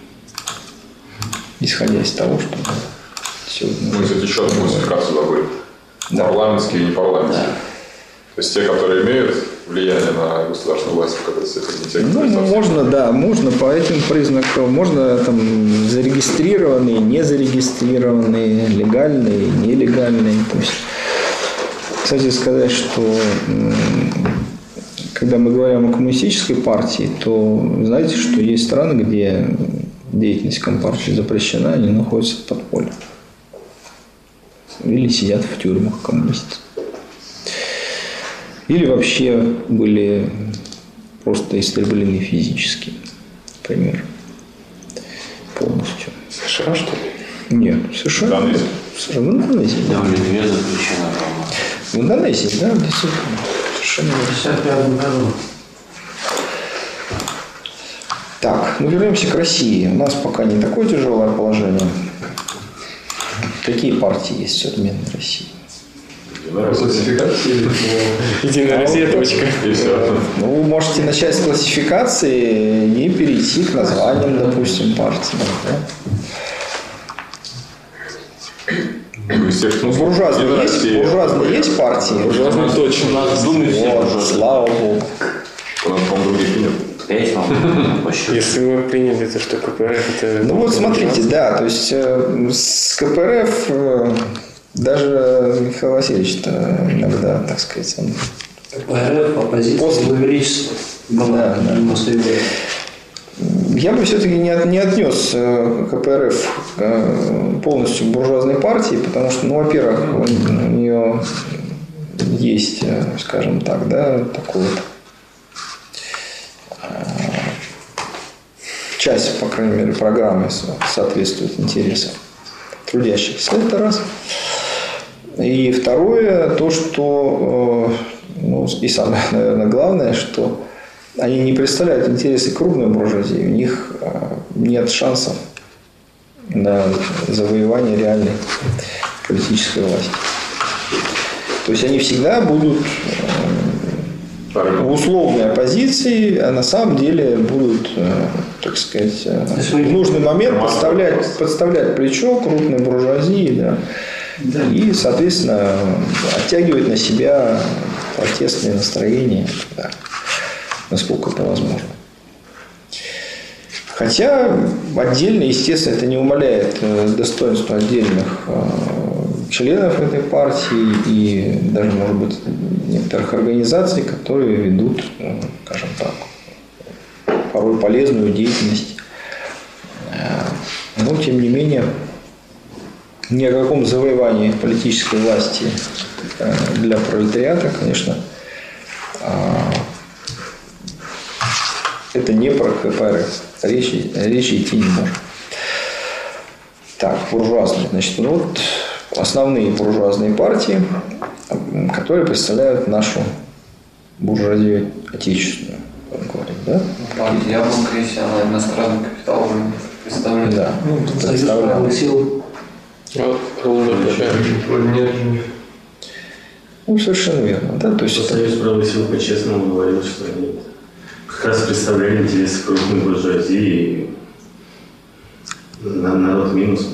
Исходя из того, что все... Мы, кстати, еще одну классификацию забыли. Да. Парламентские и непарламентские. Да. То есть те, которые имеют влияние на государственную власть, в какой-то степени, те, которые... Ну, можно, да, можно по этим признакам, можно там зарегистрированные, незарегистрированные, легальные, нелегальные. То есть, кстати, сказать, что когда мы говорим о коммунистической партии, то знаете, что есть страны, где деятельность компартии запрещена, они находятся в подполье. Или сидят в тюрьмах коммунисты. Или вообще были просто истреблены физически. Например. Полностью. США, что ли? Нет, США. Индонезия. В Индонезии. Да, в Литве запрещено. В Индонезии, да, действительно. Совершенно В шестьдесят пятом году. Так, ну вернемся к России. У нас пока не такое тяжелое положение. Какие партии есть в современной России? Классификации? Единая Россия, точка. И все. Ну, вы можете начать с классификации и перейти к названиям, допустим, партии. Да? Ну, естественно, Буржуазные Единая есть, Россия. буржуазные есть партии? Буржуазные точно. У нас в Думе все Вот, буржуазные. слава богу. У нас, по-моему, других нет. Пять, по-моему, по счету. Если мы приняли то, что КПРФ это... Ну вот смотрите, да, то есть э, с КПРФ э, даже Михаил Васильевич иногда, так сказать, он... КПРФ, оппозиция, После- Его Величество. Да, да. девяностые годы. Я бы все-таки не, от- не отнес э, КПРФ э, полностью к буржуазной партии, потому что, ну, во-первых, у, у нее есть, э, скажем так, да, такой вот э, часть, по крайней мере, программы со- соответствует интересам трудящихся. Это раз. И второе, то, что, э, ну, и самое, наверное, главное, что они не представляют интересы крупной буржуазии, у них нет шансов на завоевание реальной политической власти. То есть они всегда будут в условной оппозиции, а на самом деле будут, так сказать, в нужный момент подставлять, подставлять плечо крупной буржуазии, да, и, соответственно, оттягивать на себя протестные настроения, да, насколько это возможно. Хотя отдельно, естественно, это не умаляет достоинства отдельных членов этой партии и даже, может быть, некоторых организаций, которые ведут, скажем так, порой полезную деятельность. Но, тем не менее, ни о каком завоевании политической власти для пролетариата, конечно, это не про КПРФ. Речи, речи идти не может. Так, буржуазные. Значит, ну вот основные буржуазные партии, которые представляют нашу буржуазию отечественную, как говорить, да? Партия Яблонка, если она иностранный капитал уже представляет. Да, Ну, представляет. сил. Ну, совершенно верно, да, то есть... Союз правых сил по-честному говорил, что они как раз представляли интересы крупной буржуазии, и народ минус.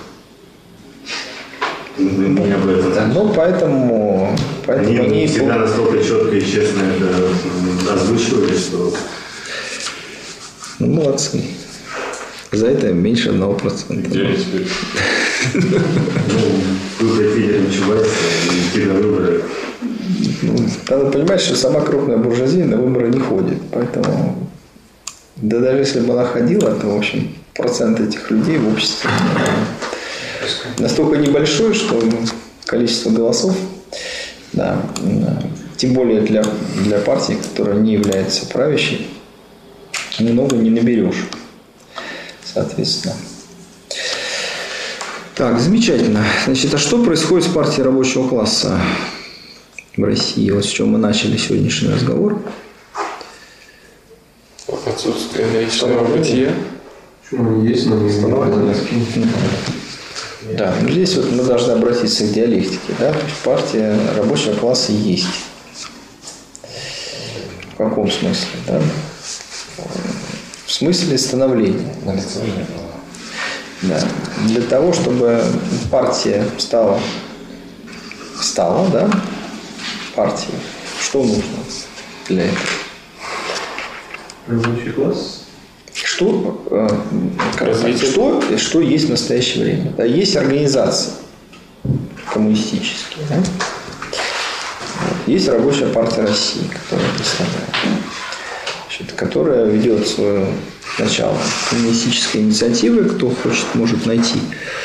Мы не об этом. Ну, поэтому... поэтому они, они всегда настолько четко и честно это озвучивали, что... Ну, молодцы. За это меньше одного процента. Где они теперь? Ну, выбрать лидера Чубайса и идти на выборы. Ну, надо понимать, что сама крупная буржуазия на выборы не ходит. Поэтому, да даже если бы она ходила, то, в общем, процент этих людей в обществе настолько небольшой, что количество голосов, да, тем более для, для партии, которая не является правящей, много не наберешь. Соответственно. Так, замечательно. Значит, а что происходит с партией рабочего класса в России? Вот с чем мы начали сегодняшний разговор. Отсутствие наличного бытия. Почему они есть, но не становятся. Да, здесь вот мы должны обратиться к диалектике. Да? То есть партия рабочего класса есть. В каком смысле? Да? В смысле становления. Да. Для того, чтобы партия стала, стала, да, партией, что нужно для этого? Рабочий класс. Что, э, как, что, что есть в настоящее время? Да, есть организации коммунистические. Да? Есть Рабочая партия России, которая представляет. Которая ведет свое начало коммунистической инициативы. Кто хочет, может найти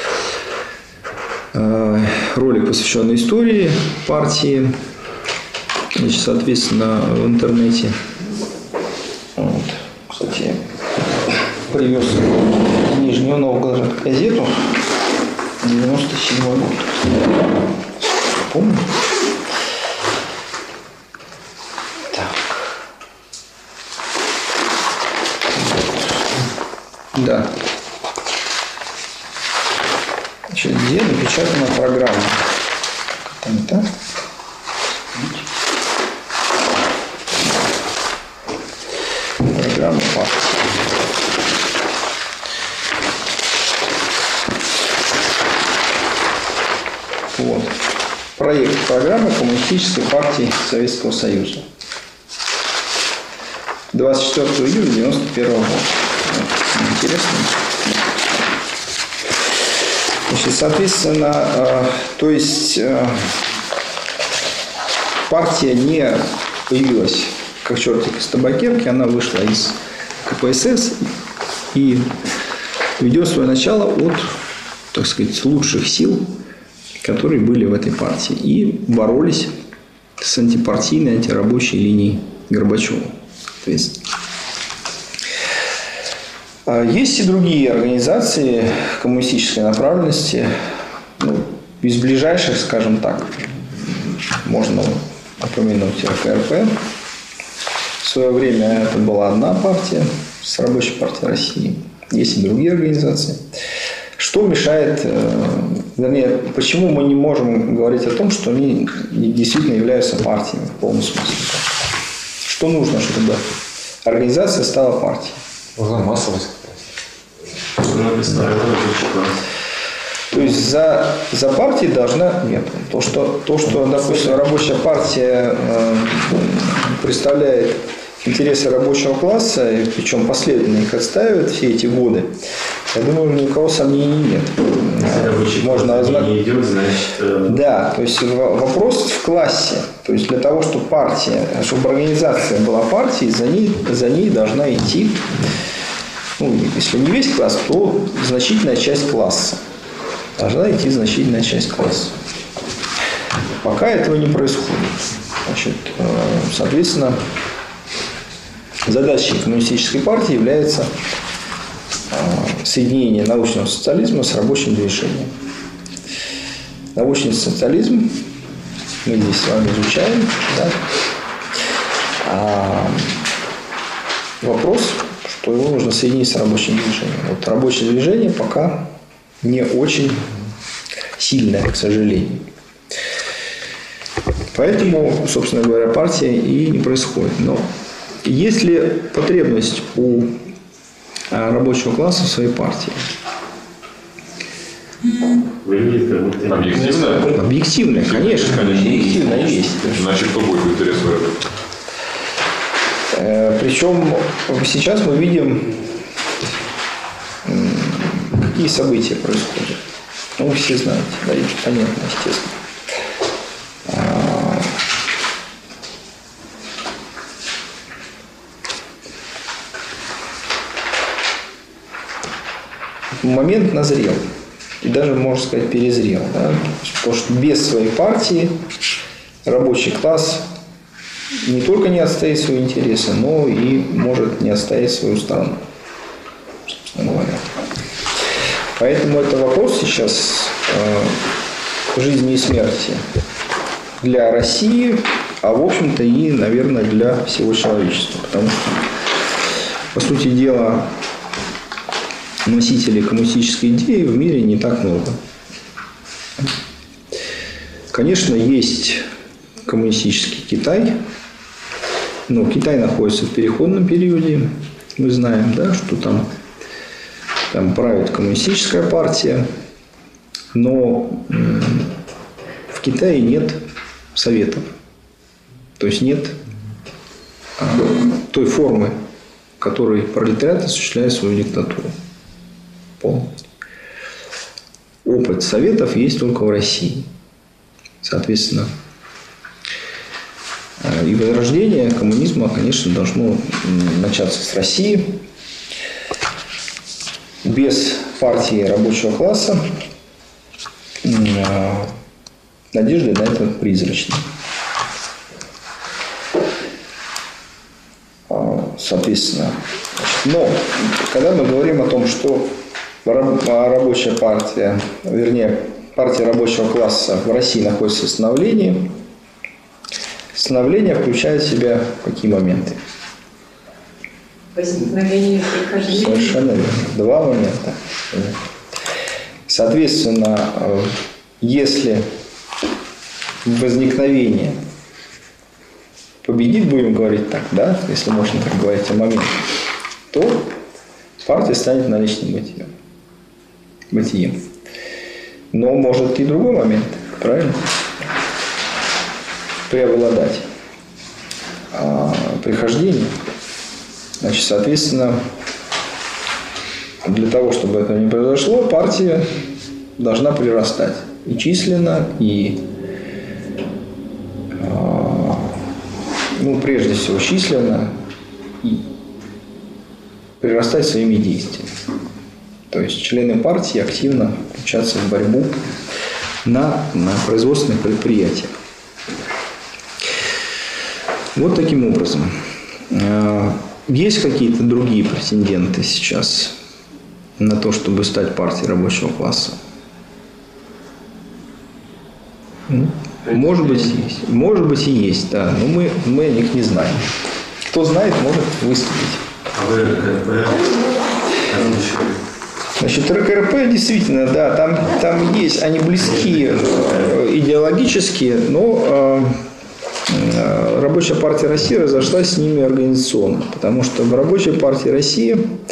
ролик, посвященный истории партии. Значит, соответственно, в интернете. Вот. Кстати, привез из Нижнего Новгорода газету девяносто седьмой год. Помню? Да. Значит, где напечатана программа? Как это не так? Программа партии. Вот. Проект программы Коммунистической партии Советского Союза. двадцать четвёртого июля девяносто первого года. Интересно. Значит, соответственно, э, то есть э, партия не появилась как чертик из табакерки, она вышла из ка пэ эс эс и ведет свое начало от, так сказать, лучших сил, которые были в этой партии и боролись с антипартийной, антирабочей линией Горбачева. Соответственно. Есть и другие организации коммунистической направленности. Ну, из ближайших, скажем так, можно упомянуть эр ка эр пэ. В свое время это была одна партия с Рабочей партией России. Есть и другие организации. Что мешает, вернее, почему мы не можем говорить о том, что они действительно являются партиями в полном смысле? Что нужно, чтобы организация стала партией? Нужна массовость. То есть за, за партией должна... Нет. То, что, то, что допустим, Рабочая партия э, представляет интересы рабочего класса, и причем последовательно их отстаивает все эти годы, я думаю, ни у кого сомнений нет. Рабочий Можно класс не идет, значит... Э... Да, то есть вопрос в классе. То есть для того, чтобы партия, чтобы организация была партией, за ней, за ней должна идти, ну, если не весь класс, то значительная часть класса. Должна идти значительная часть класса. Пока этого не происходит. Значит, соответственно, задачей коммунистической партии является соединение научного социализма с рабочим движением. научный социализм мы здесь с вами изучаем. Да? А вопрос, что его нужно соединить с рабочим движением. Вот рабочее движение пока не очень сильное, к сожалению. Поэтому, собственно говоря, партия и не происходит. Но есть ли потребность у рабочего класса в своей партии? Выглядит как будто... Объективно? Объективно, конечно. Конечно. Объективно есть. Значит, кто будет интерес выражать? Причем сейчас мы видим, какие события происходят. Ну, вы все знаете, да, это понятно, естественно. Момент назрел. И даже, можно сказать, перезрел. Да? Потому что без своей партии рабочий класс не только не отстоит свои интересы, но и может не отстоять свою страну, собственно говоря. Поэтому это вопрос сейчас э, жизни и смерти для России, а в общем-то и, наверное, для всего человечества. Потому что, по сути дела, носителей коммунистической идеи в мире не так много. Конечно, есть коммунистический Китай, но Китай находится в переходном периоде. Мы знаем, да, что там, там правит коммунистическая партия, но в Китае нет советов. То есть нет той формы, в которой пролетариат осуществляет свою диктатуру. Полностью. Опыт советов есть только в России. Соответственно, и возрождение коммунизма, конечно, должно начаться с России. Без партии рабочего класса надежды на это призрачны. Соответственно, но когда мы говорим о том, что рабочая партия, вернее, партия рабочего класса в России находится в становлении, становление включает в себя какие моменты? Возникновение прихождения. Совершенно верно. Два момента. Соответственно, если возникновение победит, будем говорить так, да, если можно так говорить о моменте, то партия станет наличным бытием. бытием. Но может и другой момент, правильно? Преобладать. А прихождение. Значит, соответственно, для того, чтобы это не произошло, партия должна прирастать и численно, и ну, прежде всего численно, и прирастать своими действиями. То есть члены партии активно включаться в борьбу на, на производственных предприятиях. Вот таким образом. Есть какие-то другие претенденты сейчас на то, чтобы стать партией рабочего класса? Может быть, есть. Может быть и есть, да. Но мы, мы о них не знаем. Кто знает, может выступить. А вы РКП? Значит, РКРП действительно, да, там, там есть, они близки идеологически, но э, Рабочая партия России разошлась с ними организационно, потому что в Рабочей партии России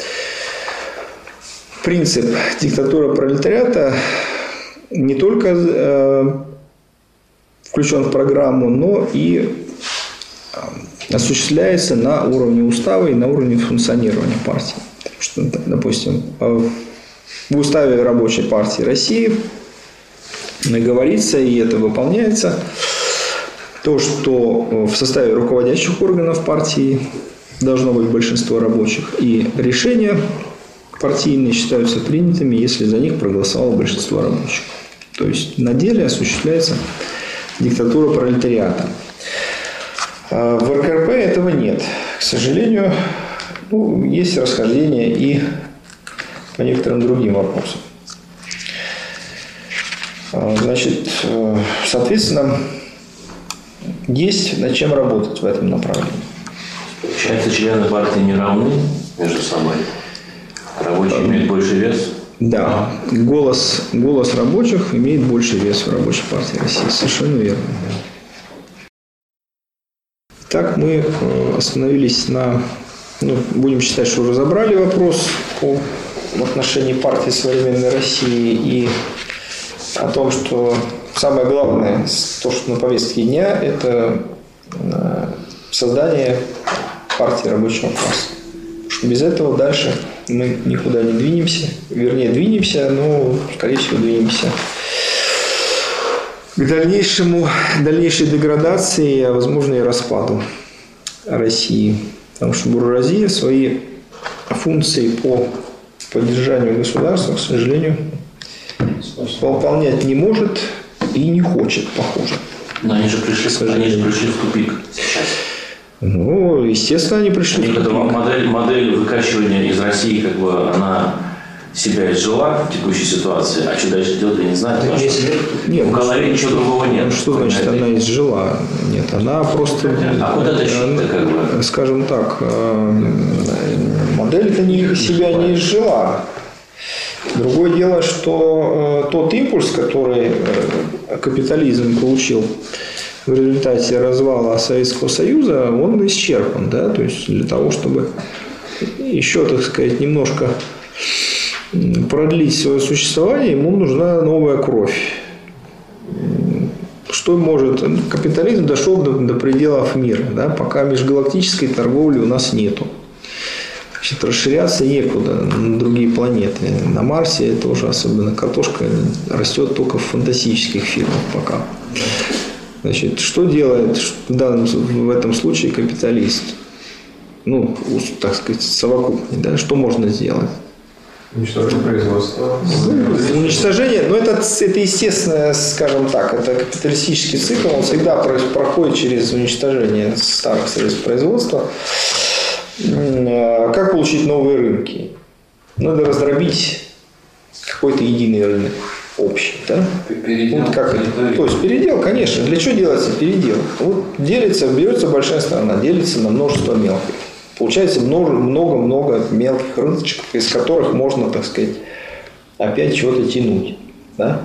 принцип диктатуры пролетариата не только э, включен в программу, но и осуществляется на уровне устава и на уровне функционирования партии. Потому что, допустим, в уставе Рабочей партии России говорится, и это выполняется, то, что в составе руководящих органов партии должно быть большинство рабочих, и решения партийные считаются принятыми, если за них проголосовало большинство рабочих. То есть на деле осуществляется диктатура пролетариата. В РКРП этого нет. К сожалению, ну, есть расхождения и по некоторым другим вопросам. Значит, соответственно, есть над чем работать в этом направлении. Получается, члены партии не равны между собой? Рабочие имеют больше вес? Да, голос, голос рабочих имеет больше вес в Рабочей партии России. Совершенно верно. Так мы остановились на... Ну, будем считать, что разобрали вопрос по, в отношении партии современной России и о том, что самое главное, то, что на повестке дня, это создание партии рабочего класса. Потому что без этого дальше мы никуда не двинемся. Вернее, двинемся, но, скорее всего, двинемся к дальнейшему, дальнейшей деградации, а возможно и распаду России. Потому что буржуазия свои функции по поддержанию государства, к сожалению, выполнять не может и не хочет, похоже. Но они же пришли, они же пришли в тупик сейчас. Ну, естественно, они пришли Они, в тупик. Модель, модель выкачивания из России, как бы, она себя изжила в текущей ситуации, а что дальше делать, я не знаю. Потому что нет, в голове ничего другого нет. Что значит она изжила? Нет, она просто... А куда тащить-то, как бы? Скажем так, модель-то не, себя не изжила. Другое дело, что тот импульс, который капитализм получил в результате развала Советского Союза, он исчерпан. Да? То есть для того, чтобы еще, так сказать, немножко продлить свое существование, ему нужна новая кровь. Что может... Капитализм дошел до, до пределов мира, да? Пока межгалактической торговли у нас нету. Значит, расширяться некуда на другие планеты. На Марсе это уже, особенно картошка, растет только в фантастических фильмах пока. Значит, что делает в, данном, в этом случае капиталист? Ну, так сказать, совокупный, да? Что можно сделать? Уничтожение производства. Уничтожение, но это, это естественно, скажем так, это капиталистический цикл, он всегда проходит через уничтожение старых средств производства. Как получить новые рынки? Надо раздробить какой-то единый рынок общий. Да? Передел. Вот как это? То есть передел, конечно. Для чего делается передел? Вот делится, берется большая страна, делится на множество мелких. Получается много-много мелких рыночек, из которых можно, так сказать, опять чего-то тянуть. Да?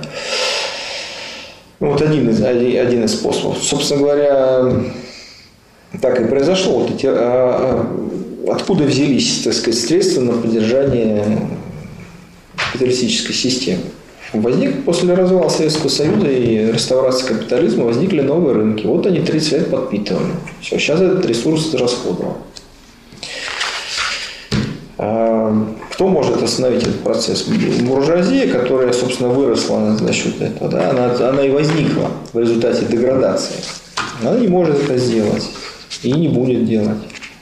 Вот один из, один из способов. Собственно говоря, так и произошло. Вот эти, а, откуда взялись, так сказать, средства на поддержание капиталистической системы? Возник после развала Советского Союза и реставрации капитализма возникли новые рынки. Вот они тридцать лет подпитывали. Все, сейчас этот ресурс израсходовал. Кто может остановить этот процесс? Буржуазия, которая, собственно, выросла за счет этого, да, она, она и возникла в результате деградации. Она не может это сделать и не будет делать.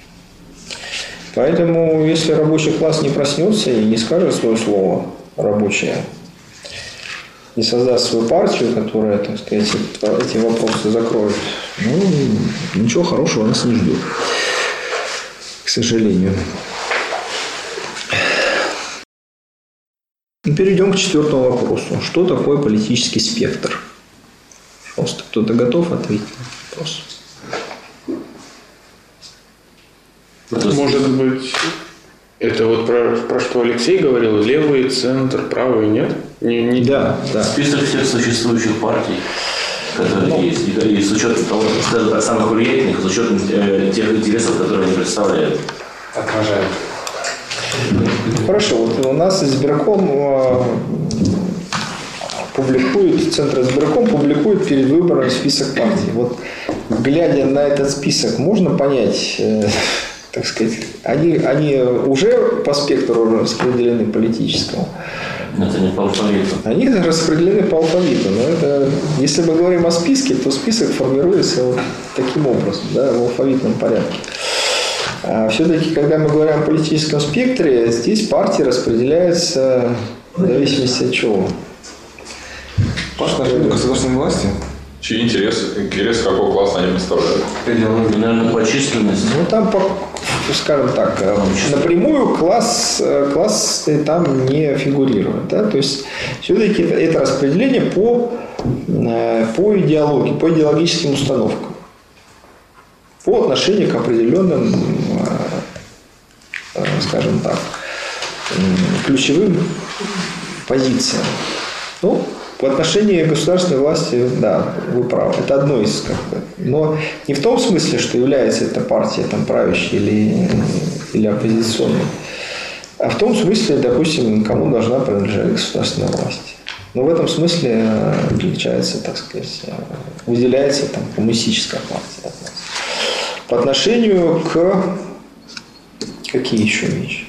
Поэтому, если рабочий класс не проснется и не скажет свое слово рабочее, не создаст свою партию, которая, так сказать, эти вопросы закроет, ну, ничего хорошего нас не ждет, к сожалению. Перейдем к четвертому вопросу. Что такое политический спектр? Просто кто-то готов ответить на вопрос? Может быть, это вот про, про что Алексей говорил, левый, центр, правый, нет? Не, не... Да, да. Список всех существующих партий, которые ну, есть, и, и с учетом того, даже от самых влиятельных, с учетом э, тех интересов, которые они представляют. Отражают. Хорошо, вот у нас избирком э, публикует, Центр избирком публикует перед выбором список партий. Вот глядя на этот список, можно понять, э, так сказать, они, они уже по спектру распределены политическому? Это не по алфавиту. Они распределены по алфавиту, но это, если мы говорим о списке, то список формируется вот таким образом, да, в алфавитном порядке. А все-таки, когда мы говорим о политическом спектре, здесь партии распределяются в зависимости от чего. Партия государственной власти? Чьи интересы, интересы какого класса они представляют? Наверное, по численности. Ну, там по, скажем так, напрямую класс, класс там не фигурирует. Да? То есть, все-таки это, это распределение по, по идеологии, по идеологическим установкам, по отношению к определенным, скажем так, ключевым позициям. Ну, по отношению к государственной власти, да, вы правы. Это одно из, как бы, но не в том смысле, что является эта партия там правящей или, или оппозиционной, а в том смысле, допустим, кому должна принадлежать государственная власть. Но в этом смысле отличается, так сказать, выделяется там коммунистическая партия от нас. По отношению к какие еще вещи?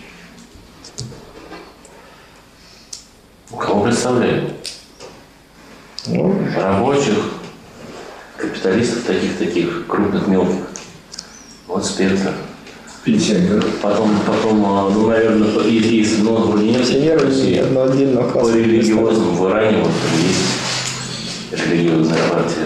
Кого представляют? Ну, рабочих, капиталистов таких-таких, крупных, мелких. Вот спектр. Пенсионеров. Потом, потом, ну, наверное, если, ну, вроде нет. Пенсионеры не одного отдельного класса. По религиозному в Иране вот есть религиозная партия.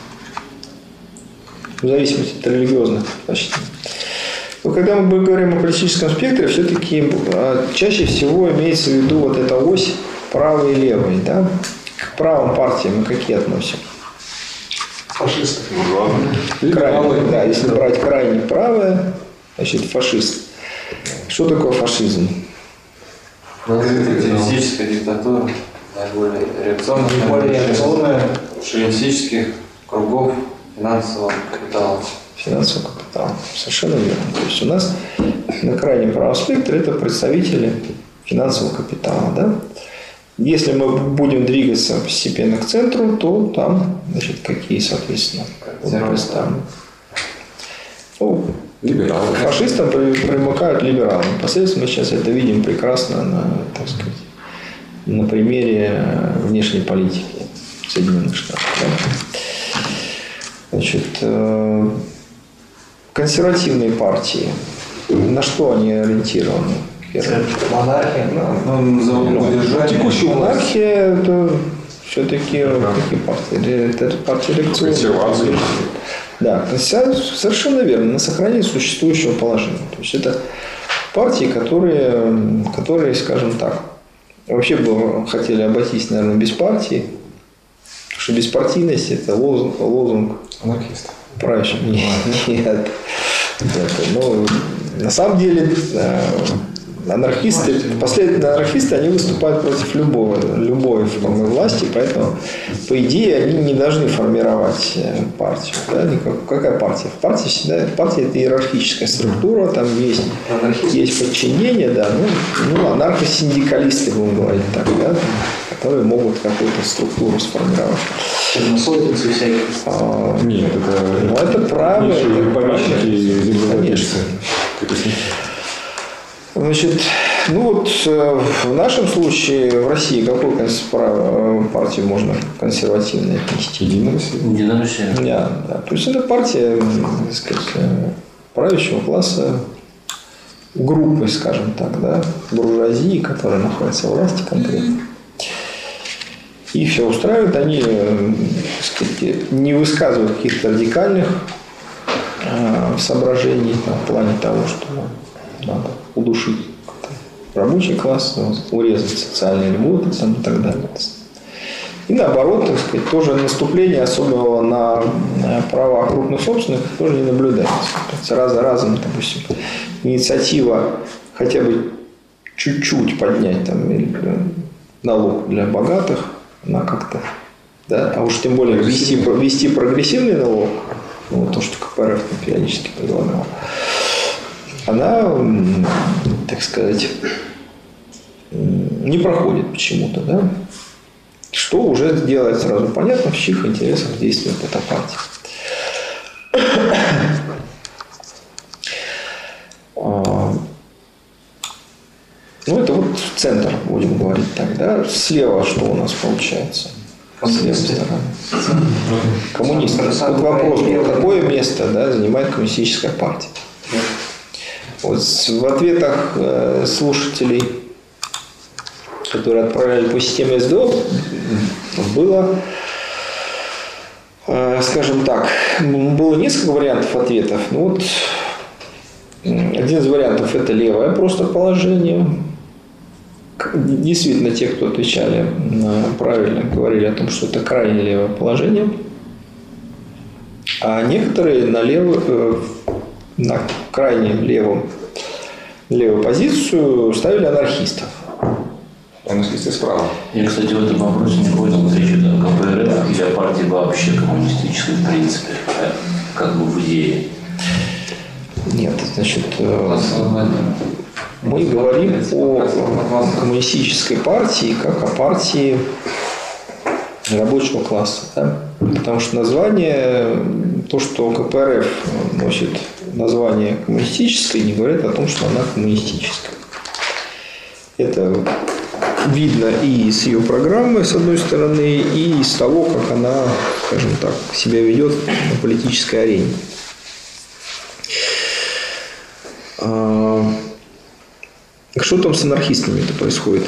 В зависимости от религиозных значит. Но когда мы говорим о политическом спектре, все-таки чаще всего имеется в виду вот эта ось правой и левой, да? К правым партиям мы какие относим? Фашисты. Крайне, да, если брать крайне правое, значит фашист. Что такое фашизм? Коммунистическая диктатура, наиболее реакционная, Наиболее реакционная. шовинистических кругов финансового капитала. Финансового капитала. Совершенно верно. То есть у нас на крайнем правом спектре это представители финансового капитала, да? Если мы будем двигаться постепенно к центру, то там, значит, какие, соответственно, представлены. Ну, либералы. К фашистам примыкают либералы. Непосредственно мы сейчас это видим прекрасно на, так сказать, на примере внешней политики Соединенных Штатов. Да? Значит, консервативные партии, на что они ориентированы? Монархия. Ну, за удержание. Текущая монархия – это все-таки какие партии? Это партия реакционная. Консервация. Да, совершенно верно, на сохранение существующего положения. То есть это партии, которые, которые, скажем так, вообще бы хотели обойтись, наверное, без партии, потому что беспартийность – это лозунг, лозунг анархиста. Правильно. Нет. Нет. Но на самом деле анархисты, последовательные анархисты, они выступают против любого, любой формы власти, поэтому, по идее, они не должны формировать партию. Да? Какая партия? В партии всегда, партия – это иерархическая структура, там есть, есть подчинение, да, ну, ну, анархосиндикалисты, будем говорить так, да, которые могут какую-то структуру сформировать. Черносотенцы всякие. А, Нет, это, ну, это правое. Это помещики и землевладельцы. Значит, ну вот в нашем случае в России какую партию можно консервативной отнести? Единая Россия. Да, да. То есть это партия, так сказать, правящего класса, группы, скажем так, да, буржуазии, которая находится в власти конкретно. И все устраивает, они, так сказать, не высказывают каких-то радикальных э, соображений там, в плане того, что надо удушить рабочий класс, урезать социальные льготы там, и так далее. И наоборот, так сказать, тоже наступление особого на права крупных собственников тоже не наблюдается. То есть раз за разом, допустим, инициатива хотя бы чуть-чуть поднять там, налог для богатых, она как-то, да, а уж тем более ввести, ввести прогрессивный налог, ну, то, что КПРФ периодически предлагал, она, так сказать, не проходит почему-то, да? Что уже делает сразу понятно, в чьих интересах действует эта партия. Ну, это вот центр, будем говорить так, да? Слева что у нас получается? С левой стороны. Коммунисты. Вот вопрос, какое место, да, занимает коммунистическая партия? Вот в ответах слушателей, которые отправляли по системе эс дэ о, было, скажем так, было несколько вариантов ответов. Ну вот Один из вариантов – это левое просто положение. Действительно, те, кто отвечали правильно, говорили о том, что это крайне левое положение. А некоторые на, лево, на крайне левом, левую позицию ставили анархистов. Анархисты справа. Я, кстати, в этом вопросе не понял, речь идет о КПРФ или о партии вообще коммунистической в принципе, как бы в идее. Нет, значит, мы говорим о коммунистической партии как о партии рабочего класса. Да? Потому что название, то, что КПРФ носит название коммунистической, не говорит о том, что она коммунистическая. Это видно и из ее программы, с одной стороны, и из того, как она, скажем так, себя ведет на политической арене. А что там с анархистами-то происходит?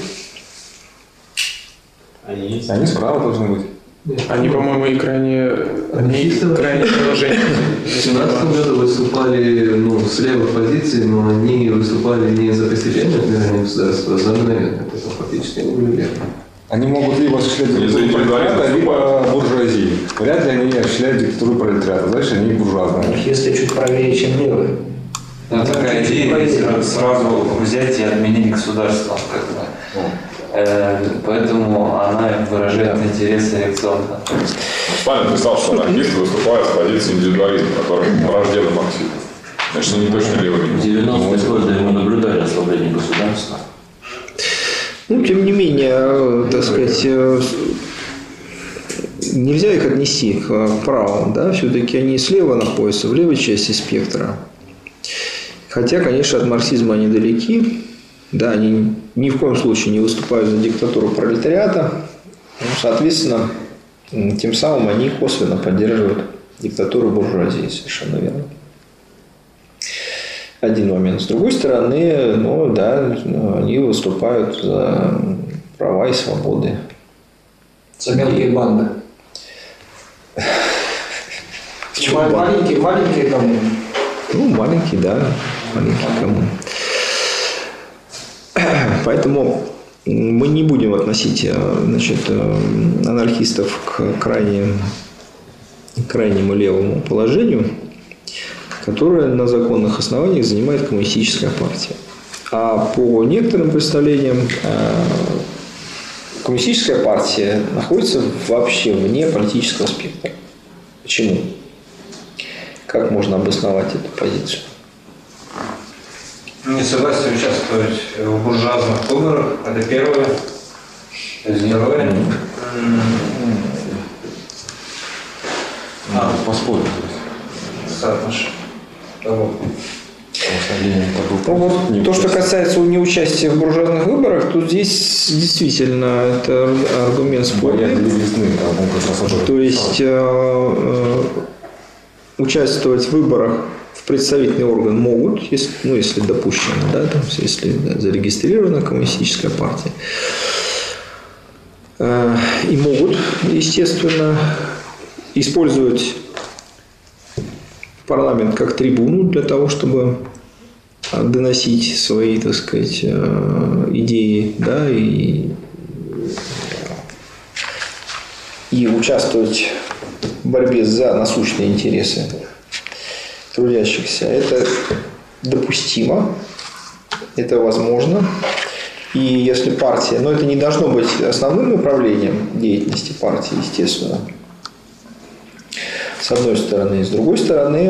Они, Они справа должны быть. Они, по-моему, и крайне, они крайне положение. В две тысячи семнадцатом году выступали ну, с левой позиции, но они выступали не за пресечение отмирания государства, а за мгновение. Это фактически не были верны. Они могут либо осуществлять диктатуру пролетариата, либо буржуазии. Вряд ли они осуществляют диктатуру пролетариата. Дальше они буржуазные. Если чуть правее, чем левые. Ну, такая идея сразу взять и отменить государство. Как бы. Э, поэтому она выражает интересы реакционно. Сталин писал, что анархисты выступают с позиции индивидуализма, который враждебен марксизму. Значит, они точно левые. В девяностые годы мы наблюдали ослабление государства. Ну, тем не менее, так сказать, нельзя их отнести к правым, да, все-таки они слева находятся, в левой части спектра. Хотя, конечно, от марксизма они далеки, да, они ни в коем случае не выступают за диктатуру пролетариата, ну, соответственно, тем самым они косвенно поддерживают диктатуру буржуазии, совершенно верно. Один момент. С другой стороны, ну да, они выступают за права и свободы. За мелкие банды. Маленькие, маленькие коммуны. Ну, маленькие, да, маленькие коммуны. Поэтому мы не будем относить, значит, анархистов к крайне, крайнему левому положению, которое на законных основаниях занимает коммунистическая партия. А по некоторым представлениям коммунистическая партия находится вообще вне политического спектра. Почему? Как можно обосновать эту позицию? Несогласие участвовать в буржуазных выборах – это первое. Второе. А, поспорить. Соотношение. Ну, вот то, что касается неучастия в буржуазных выборах, то здесь действительно это аргумент спорный. То есть э, э, участвовать в выборах в представительный орган могут, если, ну, если допущено, да, там, если да, зарегистрирована коммунистическая партия. Э, и могут, естественно, использовать парламент как трибуну для того, чтобы доносить свои, так сказать, идеи, да, и, и участвовать в борьбе за насущные интересы трудящихся. Это допустимо, это возможно. И если партия, но это не должно быть основным направлением деятельности партии, естественно, с одной стороны. С другой стороны,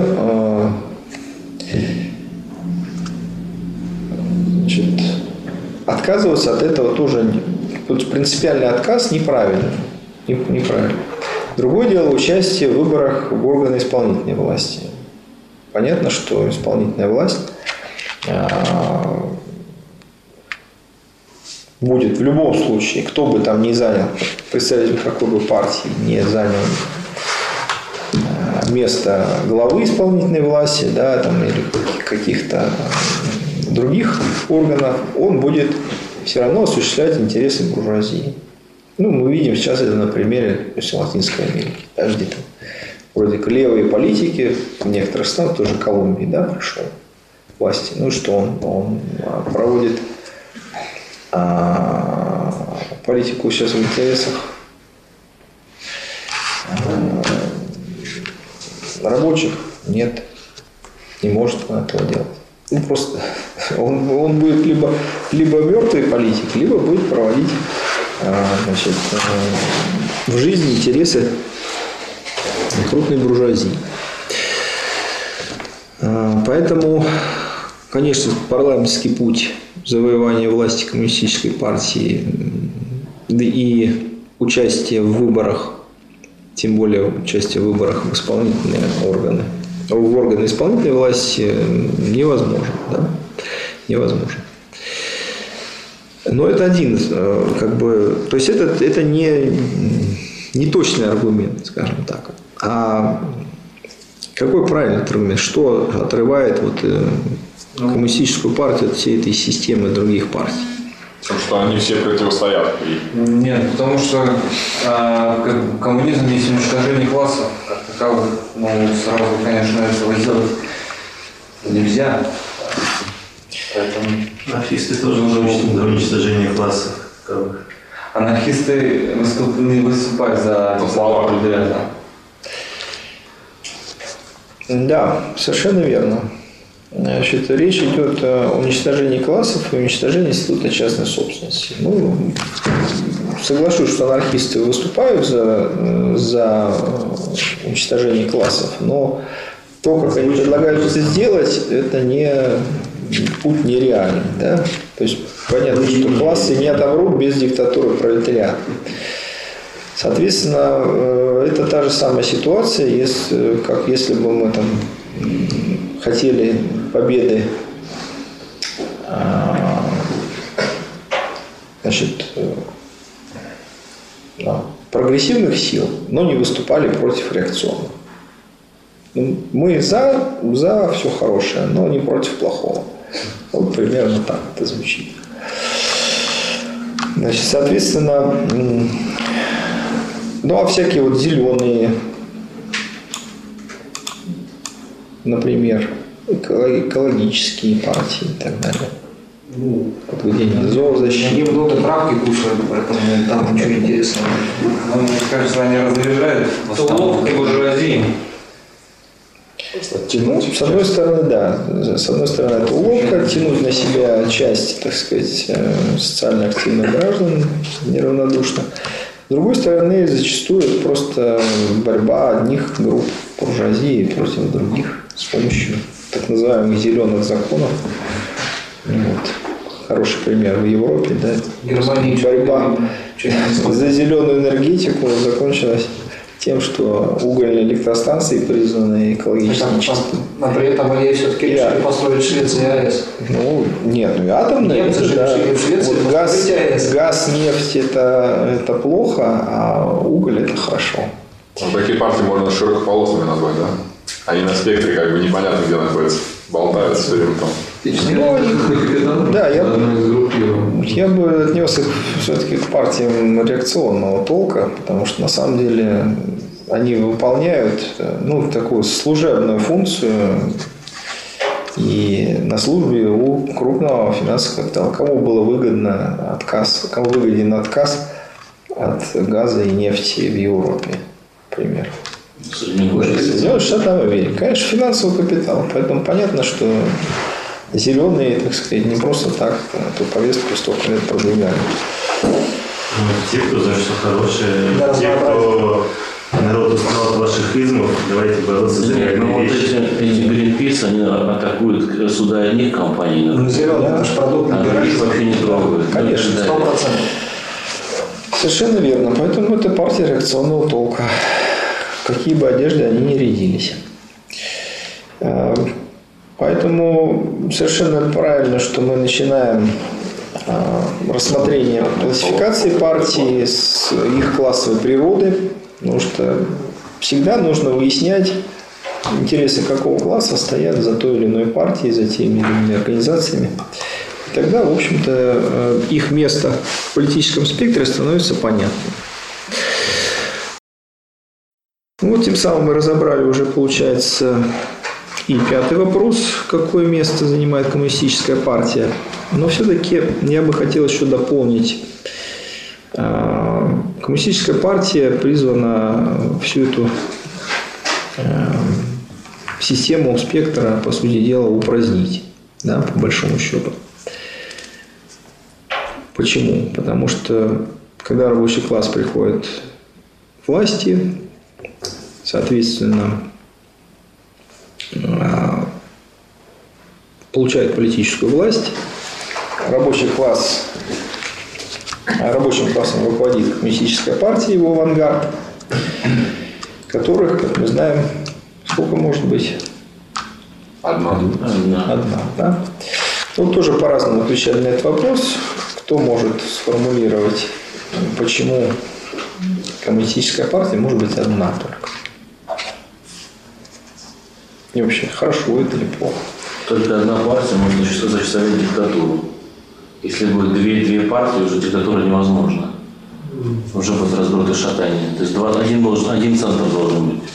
значит, отказываться от этого тоже, вот принципиальный отказ неправильный. неправильный. Другое дело участие в выборах в органы исполнительной власти. Понятно, что исполнительная власть будет в любом случае, кто бы там ни занял, представитель какой бы партии не занял место главы исполнительной власти, да, там, или каких-то других органов, он будет все равно осуществлять интересы буржуазии. Ну, мы видим сейчас это на примере Латинской Америки. Даже там вроде как левые политики в некоторых странах, тоже Колумбии, да, пришел. власти. Ну что он? Он проводит а, политику сейчас в интересах а, рабочих? Нет, не может он этого делать. Ну, просто он, он будет либо, либо мертвый политик, либо будет проводить а, значит, а, в жизни интересы крупной буржуазии. А, поэтому, конечно, парламентский путь завоевания власти коммунистической партии и участие в выборах, тем более участие в выборах в исполнительные органы, в органы исполнительной власти невозможно. Да? Невозможно. Но это один, как бы, то есть это, это не, не точный аргумент, скажем так. А какой правильный аргумент? Что отрывает вот коммунистическую партию от всей этой системы других партий? Потому что они все противостоят. Нет, потому что э, коммунизм есть уничтожение классов как таковых. Ну, сразу, конечно, этого сделать нельзя. Поэтому... Анархисты тоже за уничтожение классов таковых. Анархисты выступ... не выступают за пролетариата. Да, совершенно верно. Значит, речь идет о уничтожении классов и уничтожении института частной собственности. Ну, соглашусь, что анархисты выступают за, за уничтожение классов, но то, как они предлагают это сделать, это не путь нереальный. Да? То есть понятно, что классы не отомрут без диктатуры пролетариата. Соответственно, это та же самая ситуация, если, как если бы мы там хотели победы, значит, прогрессивных сил, но не выступали против реакционных. Мы за, за все хорошее, но не против плохого. Вот примерно так это звучит. Значит, соответственно, ну а всякие вот зеленые, например, экологические партии и так далее. Ну, подведение зоозащиты. Они много травки кушают, поэтому там ничего интересного. Но, мне кажется, они разряжают уловки буржуазии. Ну, с одной стороны, да. С одной стороны, это уловка, тянуть на себя часть, так сказать, социально активных граждан неравнодушно. С другой стороны, зачастую это просто борьба одних групп буржуазии против других с помощью так называемых зеленых законов. Вот. Хороший пример в Европе, да. Германия борьба за зеленую энергетику закончилась тем, что угольные электростанции признаны экологически чистыми. Но при этом они все-таки решили построить Швецию и АЭС. Ну, нет, ну и атомные. Немцы же да. решили в Швеции Вот газ, построить АЭС. газ, нефть это, это плохо, а уголь это хорошо. Ну, такие партии можно широкополосными назвать, да? Они на спектре как бы непонятно где находятся. Болтаются все время там. Ну, да, я, я бы отнес их все-таки к партиям реакционного толка, потому что на самом деле они выполняют ну, такую служебную функцию и на службе у крупного финансового капитала. Кому было выгодно отказ, кому выгоден отказ от газа и нефти в Европе, например. Соединенные Штаты Америки. Конечно, финансовый капитал. Поэтому понятно, что зеленые, так сказать, не просто так эту повестку столько лет продвигали. Те, кто за все хорошее, те, кто народ устал от ваших измов, давайте бороться за реальные ну, вот вещи. эти, эти Greenpeace, они атакуют суда одних компаний, Ну, зеленый, это же продукт. а других вообще не трогают. Конечно, сто процентов. Совершенно верно. Поэтому это партия реакционного толка. В какие бы одежды они ни рядились. Поэтому совершенно правильно, что мы начинаем рассмотрение классификации партий с их классовой природы, потому что всегда нужно выяснять, интересы какого класса стоят за той или иной партией, за теми или иными организациями. И тогда, в общем-то, их место в политическом спектре становится понятным. Вот тем самым мы разобрали уже, получается, И пятый вопрос, какое место занимает коммунистическая партия. Но все-таки я бы хотел еще дополнить. Коммунистическая партия призвана всю эту систему спектра, по сути дела, упразднить, да, по большому счету. Почему? Потому что когда рабочий класс приходит к власти, соответственно, получает политическую власть, рабочий класс, рабочим классом руководит коммунистическая партия, его авангард, которых, как мы знаем, сколько может быть? Одна. Одна. Одна, да? Ну, тоже по-разному отвечали на этот вопрос. Кто может сформулировать, почему коммунистическая партия может быть одна только? И вообще, хорошо это или плохо? Только одна партия может осуществлять диктатуру. Если будет две, две партии, уже диктатура невозможна. Уже будет разброд и шатание. То есть два, один, должен, один центр должен быть.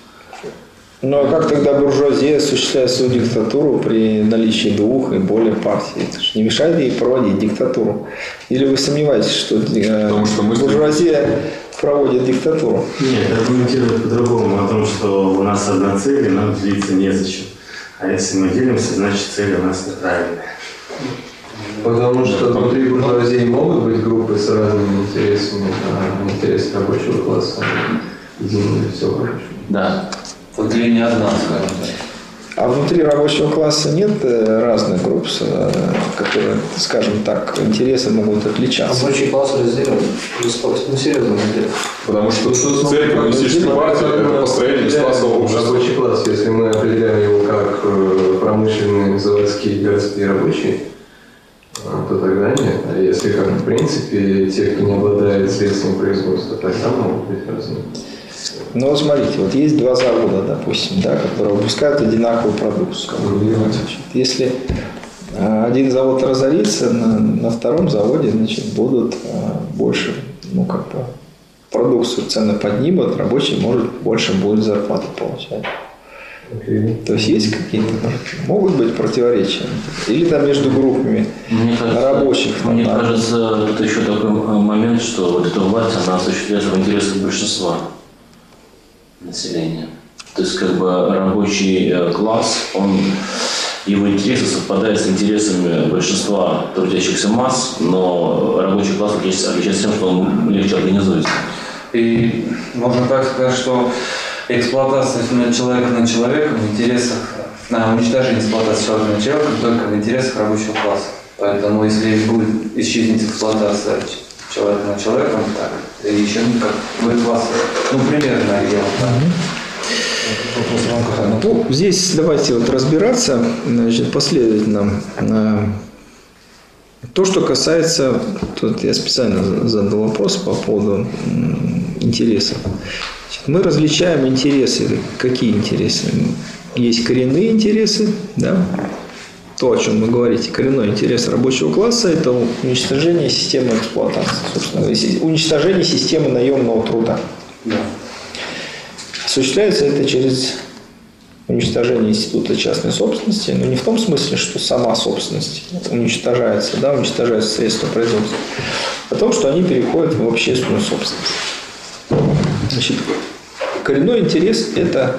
Ну а как тогда буржуазия осуществляет свою диктатуру при наличии двух и более партий? Это же не мешает ей проводить диктатуру. Или вы сомневаетесь, что, э, что мы буржуазия проводит диктатуру? Нет, аргументирует по-другому, о том, что у нас одна цель, и нам делиться незачем. А если мы делимся, значит цель у нас неправильная. Потому что внутри буржуазии могут быть группы с разными интересами, а интерес рабочего класса единый и все прочее. Да. Вот или не одна, скажем так. А внутри рабочего класса нет разных групп, которые, скажем так, интересы могут отличаться? Рабочий класс разделен. Ну, серьезно, разделен. Потому что цель коммунистической партии – это построение бесклассового общества. Рабочий класс, если мы определяем его как промышленные, заводские, городские рабочие, то тогда нет. А если как в принципе те, кто не обладает средством производства, тогда могут быть разные. Ну вот смотрите, вот есть два завода, допустим, да, которые выпускают одинаковую продукцию. Значит, если один завод разорится, на, на втором заводе, значит, будут больше, ну как бы продукцию цены поднимут, рабочий может больше будет зарплату получать. Okay. То есть есть какие-то, могут быть противоречия? Или там между группами мне кажется, рабочих? Там, мне да? кажется, это еще такой момент, что вот эта власть, она осуществляется в интересах большинства населения. То есть как бы рабочий класс, он, его интересы совпадают с интересами большинства трудящихся масс, но рабочий класс отличается тем, что он легче организуется. И можно так сказать, что эксплуатация человека на человека в интересах, на уничтожение эксплуатации человека на человека только в интересах рабочего класса. Поэтому если будет исчезнуть эксплуатация человека на человека, так, и еще как в классе, ну примерно я вот так. Ну, здесь давайте вот разбираться, значит, последовательно. То, что касается, тут я специально задал вопрос по поводу интересов. Значит, мы различаем интересы. Какие интересы? Есть коренные интересы, да? То, о чем вы говорите, коренной интерес рабочего класса – это уничтожение системы эксплуатации, собственно, уничтожение системы наемного труда. Да. Осуществляется это через уничтожение института частной собственности, но не в том смысле, что сама собственность уничтожается, да, уничтожаются средства производства, а в том, что они переходят в общественную собственность. Значит, коренной интерес – это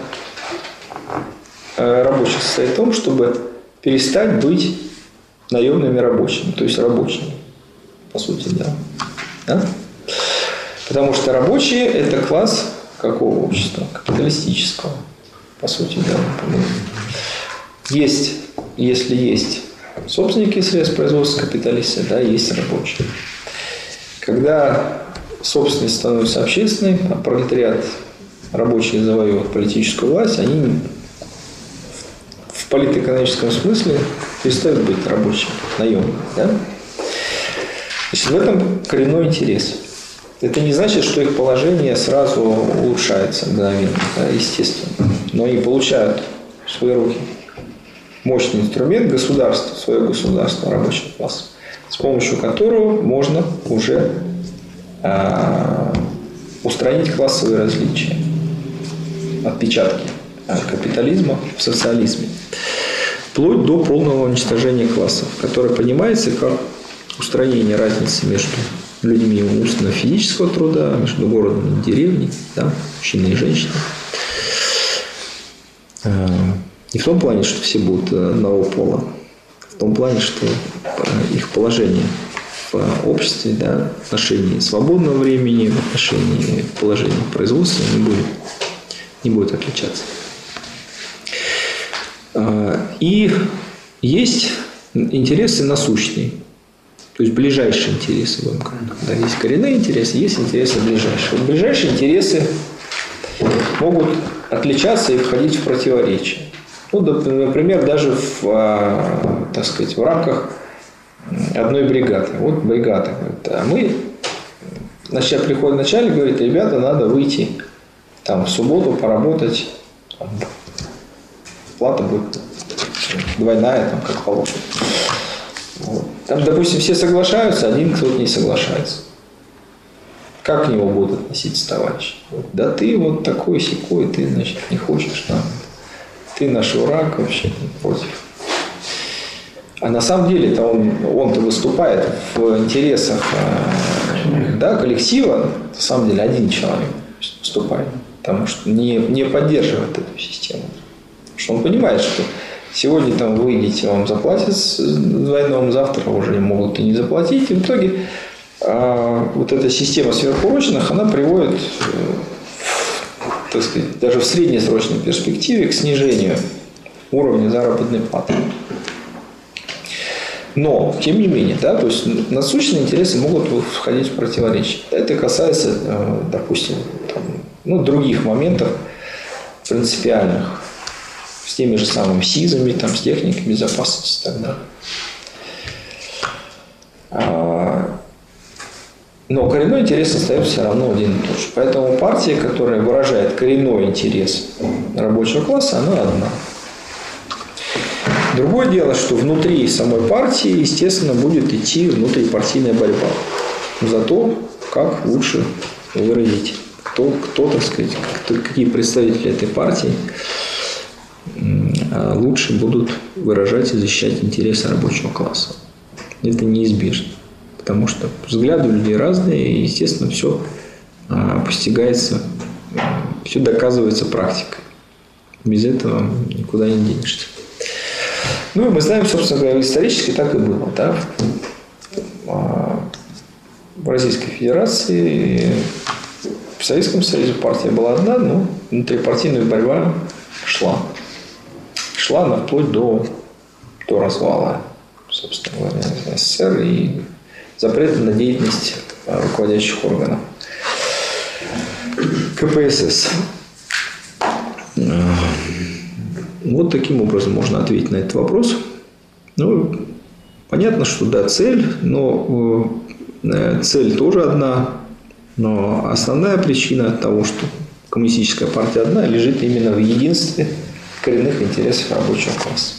рабочих состоит в том, чтобы перестать быть наемными рабочими, то есть рабочими, по сути, да. да? Потому что рабочие – это класс какого общества? Капиталистического, по сути, да. Есть, если есть собственники средств производства, капиталисты, да, есть рабочие. Когда собственность становится общественной, а пролетариат, рабочие завоевывают политическую власть, они в политэкономическом смысле перестают быть рабочими, наемными. Да? Значит, в этом коренной интерес. Это не значит, что их положение сразу улучшается мгновенно, да, естественно. Но они получают в свои руки мощный инструмент государства, свое государство рабочего класса, с помощью которого можно уже э, устранить классовые различия, отпечатки капитализма в социализме, вплоть до полного уничтожения классов, которое понимается как устранение разницы между людьми умственно-физического труда, между городом и деревней, да, мужчиной и женщиной. Не в том плане, что все будут одного пола, в том плане, что их положение в обществе, да, в отношении свободного времени, в отношении положения производства не будет, не будет отличаться. И есть интересы насущные, то есть ближайшие интересы. Когда есть коренные интересы, есть интересы ближайшие. Вот ближайшие интересы могут отличаться и входить в противоречие. Ну, например, даже в, так сказать, в рамках одной бригады. Вот бригада говорит, а мы, значит, приходит начальник, говорит, ребята, надо выйти там в субботу поработать, там, плата будет двойная, там, как положено. Вот. Там, допустим, все соглашаются, один кто-то не соглашается. Как к нему будут относиться товарищи? Вот. Да ты вот такой-сякой, ты, значит, не хочешь нам. Ты наш враг вообще против. А на самом деле -то он, он-то выступает в интересах да, коллектива, на самом деле один человек выступает, потому что не, не поддерживает эту систему. Потому что он понимает, что сегодня там выйдете, вам заплатят двойном, завтра уже могут и не заплатить. И в итоге а, вот эта система сверхурочных, она приводит, так сказать, даже в среднесрочной перспективе к снижению уровня заработной платы. Но, тем не менее, да, то есть насущные интересы могут входить в противоречие. Это касается, допустим, там, ну, других моментов принципиальных, с теми же самыми СИЗами, там, с техникой безопасности и так далее. Но коренной интерес остается все равно один и тот же. Поэтому партия, которая выражает коренной интерес рабочего класса, она одна. Другое дело, что внутри самой партии, естественно, будет идти внутрипартийная борьба за то, как лучше выразить, кто, кто так сказать, кто, какие представители этой партии лучше будут выражать и защищать интересы рабочего класса. Это неизбежно, потому что взгляды у людей разные, и, естественно, все постигается, все доказывается практикой. Без этого никуда не денешься. Ну, и мы знаем, собственно говоря, исторически так и было. Да? В Российской Федерации, в Советском Союзе партия была одна, но внутрипартийная борьба шла. Шла она вплоть до, до развала, собственно говоря, СССР и запрета на деятельность руководящих органов ка пэ эс эс. Вот таким образом можно ответить на этот вопрос. Ну, понятно, что да, цель, но э, цель тоже одна. Но основная причина того, что коммунистическая партия одна, лежит именно в единстве коренных интересов рабочего класса.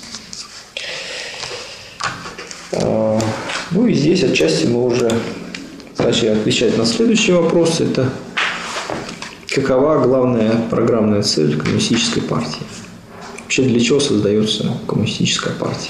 Э, ну и здесь отчасти мы уже начали отвечать на следующий вопрос. Это какова главная программная цель коммунистической партии? Вообще для чего создается коммунистическая партия?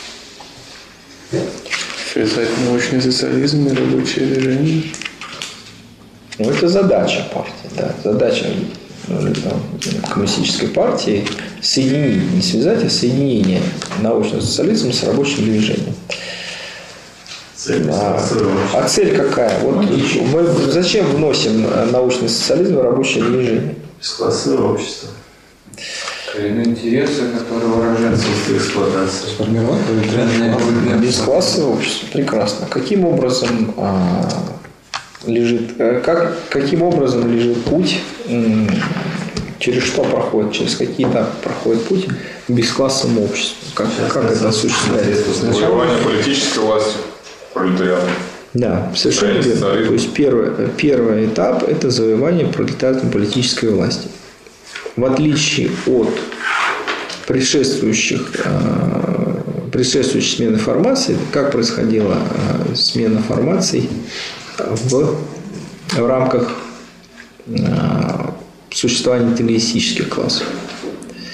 Связать научный социализм и рабочее движение. Ну, это задача партии, да. Задача коммунистической партии соединить, не связать, а соединение научного социализма с рабочим движением. Цель, а, а цель какая? Вот мы зачем вносим научный социализм в рабочее движение? Бесклассовое общество. Коренные интересы, которые выражаются в эксплуатации. Бесклассовое общество. Прекрасно. Каким образом а, лежит, как, каким образом лежит путь, через что проходит, через какие этапы проходит путь к бесклассовому обществу? Как, как это осуществляется? Завоевание политической власти пролетариата. Да, совершенно верно. То есть первый, первый этап – это завоевание пролетариатом политической власти. В отличие от предшествующих, предшествующей смены формации, как происходила смена формаций в, в рамках существования интеллигентических классов.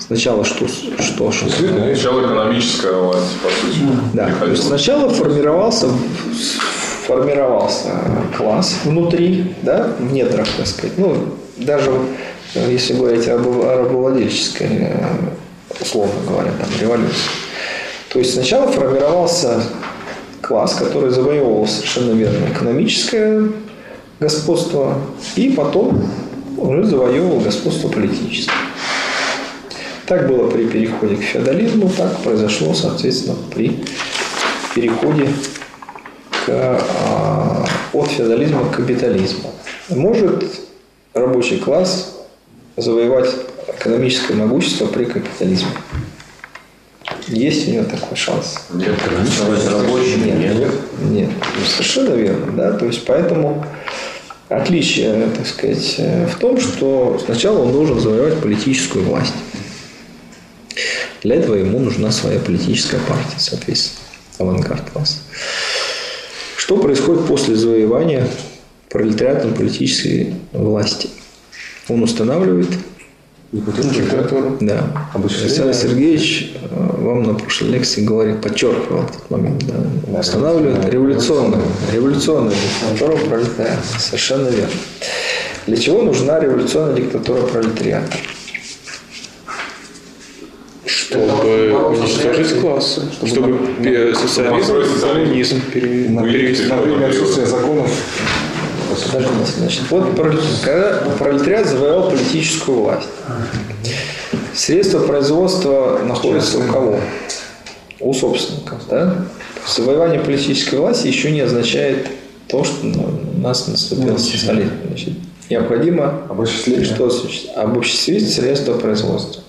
Сначала что? что, что? Сначала экономическая власть, по сути. Да. То есть сначала формировался, формировался класс внутри, да, в недрах, так сказать. Ну, даже если говорить об рабовладельческой, условно говоря, там, революции. То есть сначала формировался класс, который завоевывал совершенно верно экономическое господство, и потом уже завоевывал господство политическое. Так было при переходе к феодализму, так произошло, соответственно, при переходе к, а, от феодализма к капитализму. Может рабочий класс завоевать экономическое могущество при капитализме? Есть у него такой шанс? Нет, рабочий, нет, нет. Нет, нет. Совершенно верно. Да? То есть, поэтому отличие, так сказать, в том, что сначала он должен завоевать политическую власть. Для этого ему нужна своя политическая партия, соответственно, авангард класса. Что происходит после завоевания пролетариатом политической власти? Он устанавливает диктатуру. Да. Александр Сергеевич вам на прошлой лекции говорит, подчеркивал этот момент. Да. Устанавливает революционную, революционную диктатуру пролетариата. Совершенно верно. Для чего нужна революционная диктатура пролетариата? Чтобы уничтожить классы, чтобы социализм, коммунизм перевести. Например, отсутствие законов. Подождите, значит, вот когда пролетариат завоевал политическую власть, средства производства находятся у кого? У собственников, да? Завоевание политической власти еще не означает то, что у нас наступил социализм. Значит, необходимо что обобществить средства производства.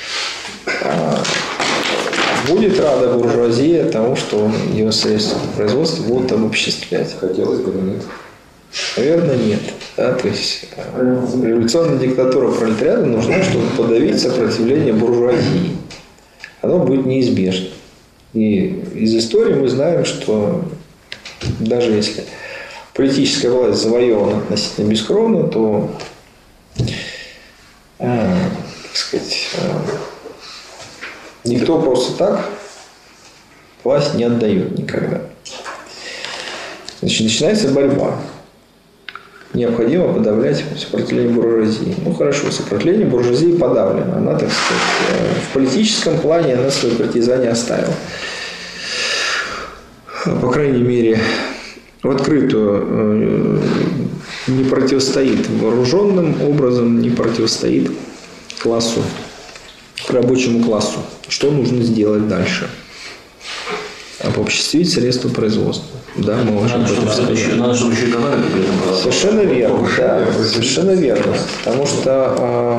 Будет рада буржуазия тому, что ее средства производства будут обобществлять? Хотелось бы, но нет. Наверное, нет. Да? То есть революционная диктатура пролетариата нужна, чтобы подавить сопротивление буржуазии. Оно будет неизбежно. И из истории мы знаем, что даже если политическая власть завоевана относительно бескровно, то, э, так сказать, э, никто просто так власть не отдает никогда. Значит, начинается борьба. Необходимо подавлять сопротивление буржуазии. Ну хорошо, сопротивление буржуазии подавлено. Она, так сказать, в политическом плане она свои притязания оставила. По крайней мере, в открытую не противостоит вооруженным образом, не противостоит классу, рабочему классу. Что нужно сделать дальше? Обобществить средства производства. Да, мы уже об этом сказали. Надо, чтобы еще экономика при этом была. Совершенно верно, да, совершенно верно. Потому что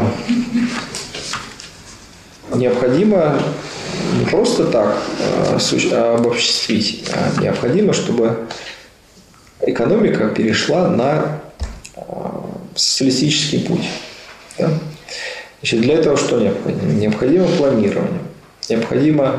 э, необходимо не просто так э, обобществить, а необходимо, чтобы экономика перешла на э, социалистический путь. Да? Значит, для этого что необходимо? Необходимо планирование. Необходимо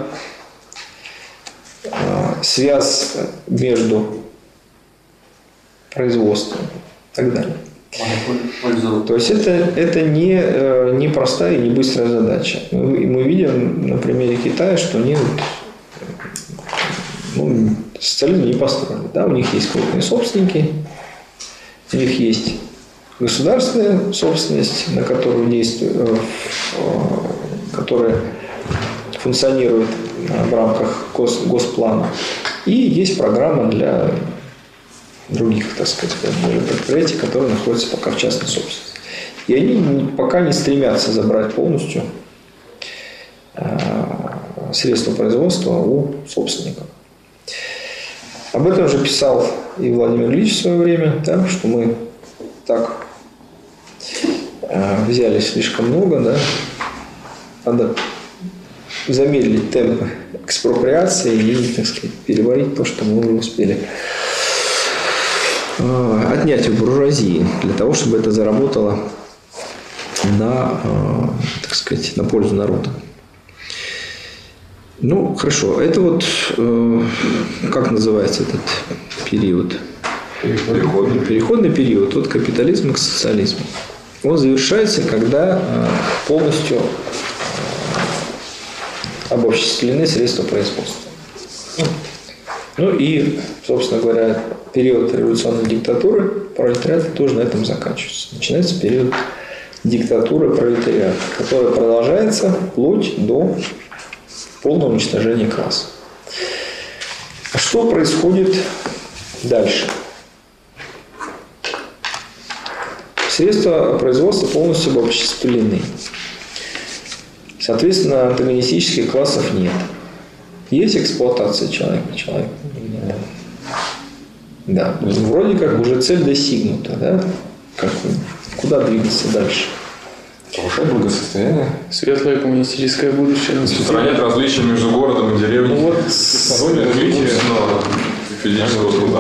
связь между производством и так далее. То есть это, это не, не простая и не быстрая задача. Мы, мы видим на примере Китая, что они ну, социализм не построили. Да? У них есть крупные собственники, у них есть государственная собственность, на которую действует, которая функционирует в рамках гос, госплана. И есть программа для других, так сказать, предприятий, которые находятся пока в частной собственности. И они пока не стремятся забрать полностью средства производства у собственников. Об этом же писал и Владимир Ильич в свое время, да, что мы так взяли слишком много, да, надо замедлить темпы экспроприации и, так сказать, переварить то, что мы уже успели отнять у буржуазии, для того, чтобы это заработало на, так сказать, на пользу народа. Ну, хорошо. Это вот, как называется этот период? Переходный. Переходный период от капитализма к социализму. Он завершается, когда полностью обобществлены средства производства. Ну и, собственно говоря, период революционной диктатуры пролетариата тоже на этом заканчивается. Начинается период диктатуры пролетариата, которая продолжается вплоть до полного уничтожения класса. А что происходит дальше? Средства производства полностью обобществлены. Соответственно, антагонистических классов нет. Есть эксплуатация человека, человека нет. Да, вроде как уже цель достигнута, да? Как, куда двигаться дальше? Повышать благосостояние. Светлое коммунистическое будущее. Устранять различия между городом и деревней. Ну, вот развитие физического труда.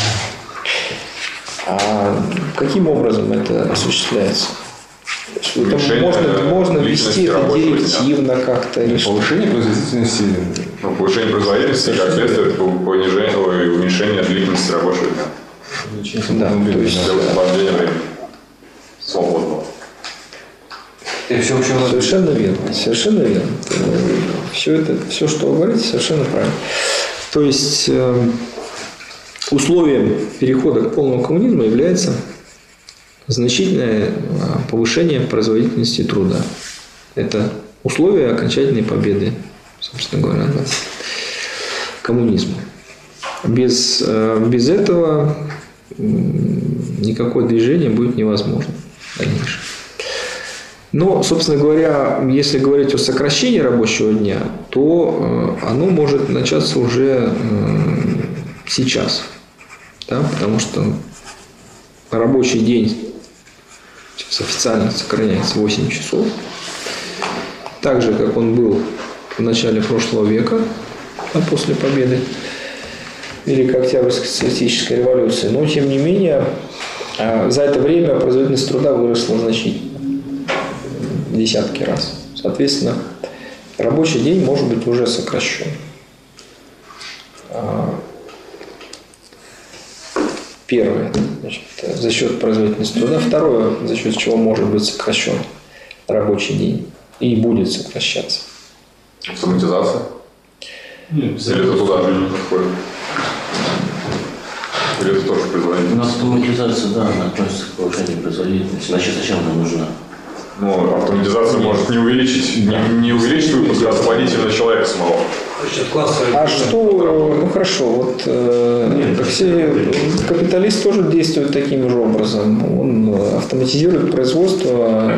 А каким образом это осуществляется? Это можно, можно вести это директивно как-то. Или повышение производительности. Ну, повышение производительности, как следствие, это понижение, уменьшение длительности рабочего дня. Да, то есть для освобождения времени. Свободного. Все, совершенно верно. Совершенно верно. Все это, все, что вы говорите, совершенно правильно. То есть условием перехода к полному коммунизму является значительное повышение производительности труда. Это условие окончательной победы, собственно говоря, над коммунизмом. Без, без этого никакое движение будет невозможно в дальнейшем. Но, собственно говоря, если говорить о сокращении рабочего дня, то оно может начаться уже сейчас. Да, потому что рабочий день сейчас официально сохраняется восемь часов. Так же, как он был в начале прошлого века, а после победы Великой Октябрьской социалистической революции. Но, тем не менее, за это время производительность труда выросла значительно. Десятки раз. Соответственно, рабочий день может быть уже сокращен. Первое, значит, за счет производительности труда. Второе, за счет чего может быть сокращен рабочий день и будет сокращаться. Автоматизация? Нет, или это туда же входит? Или это тоже производительность? Ну, автоматизация, да, она относится к повышению производительности. Значит, зачем она нужна? Ну, автоматизация Нет. может не увеличить, не, не увеличить выпуск, а освободить именно человека самого. А что, ну хорошо, вот э, как все, капиталист тоже действует таким же образом. Он автоматизирует производство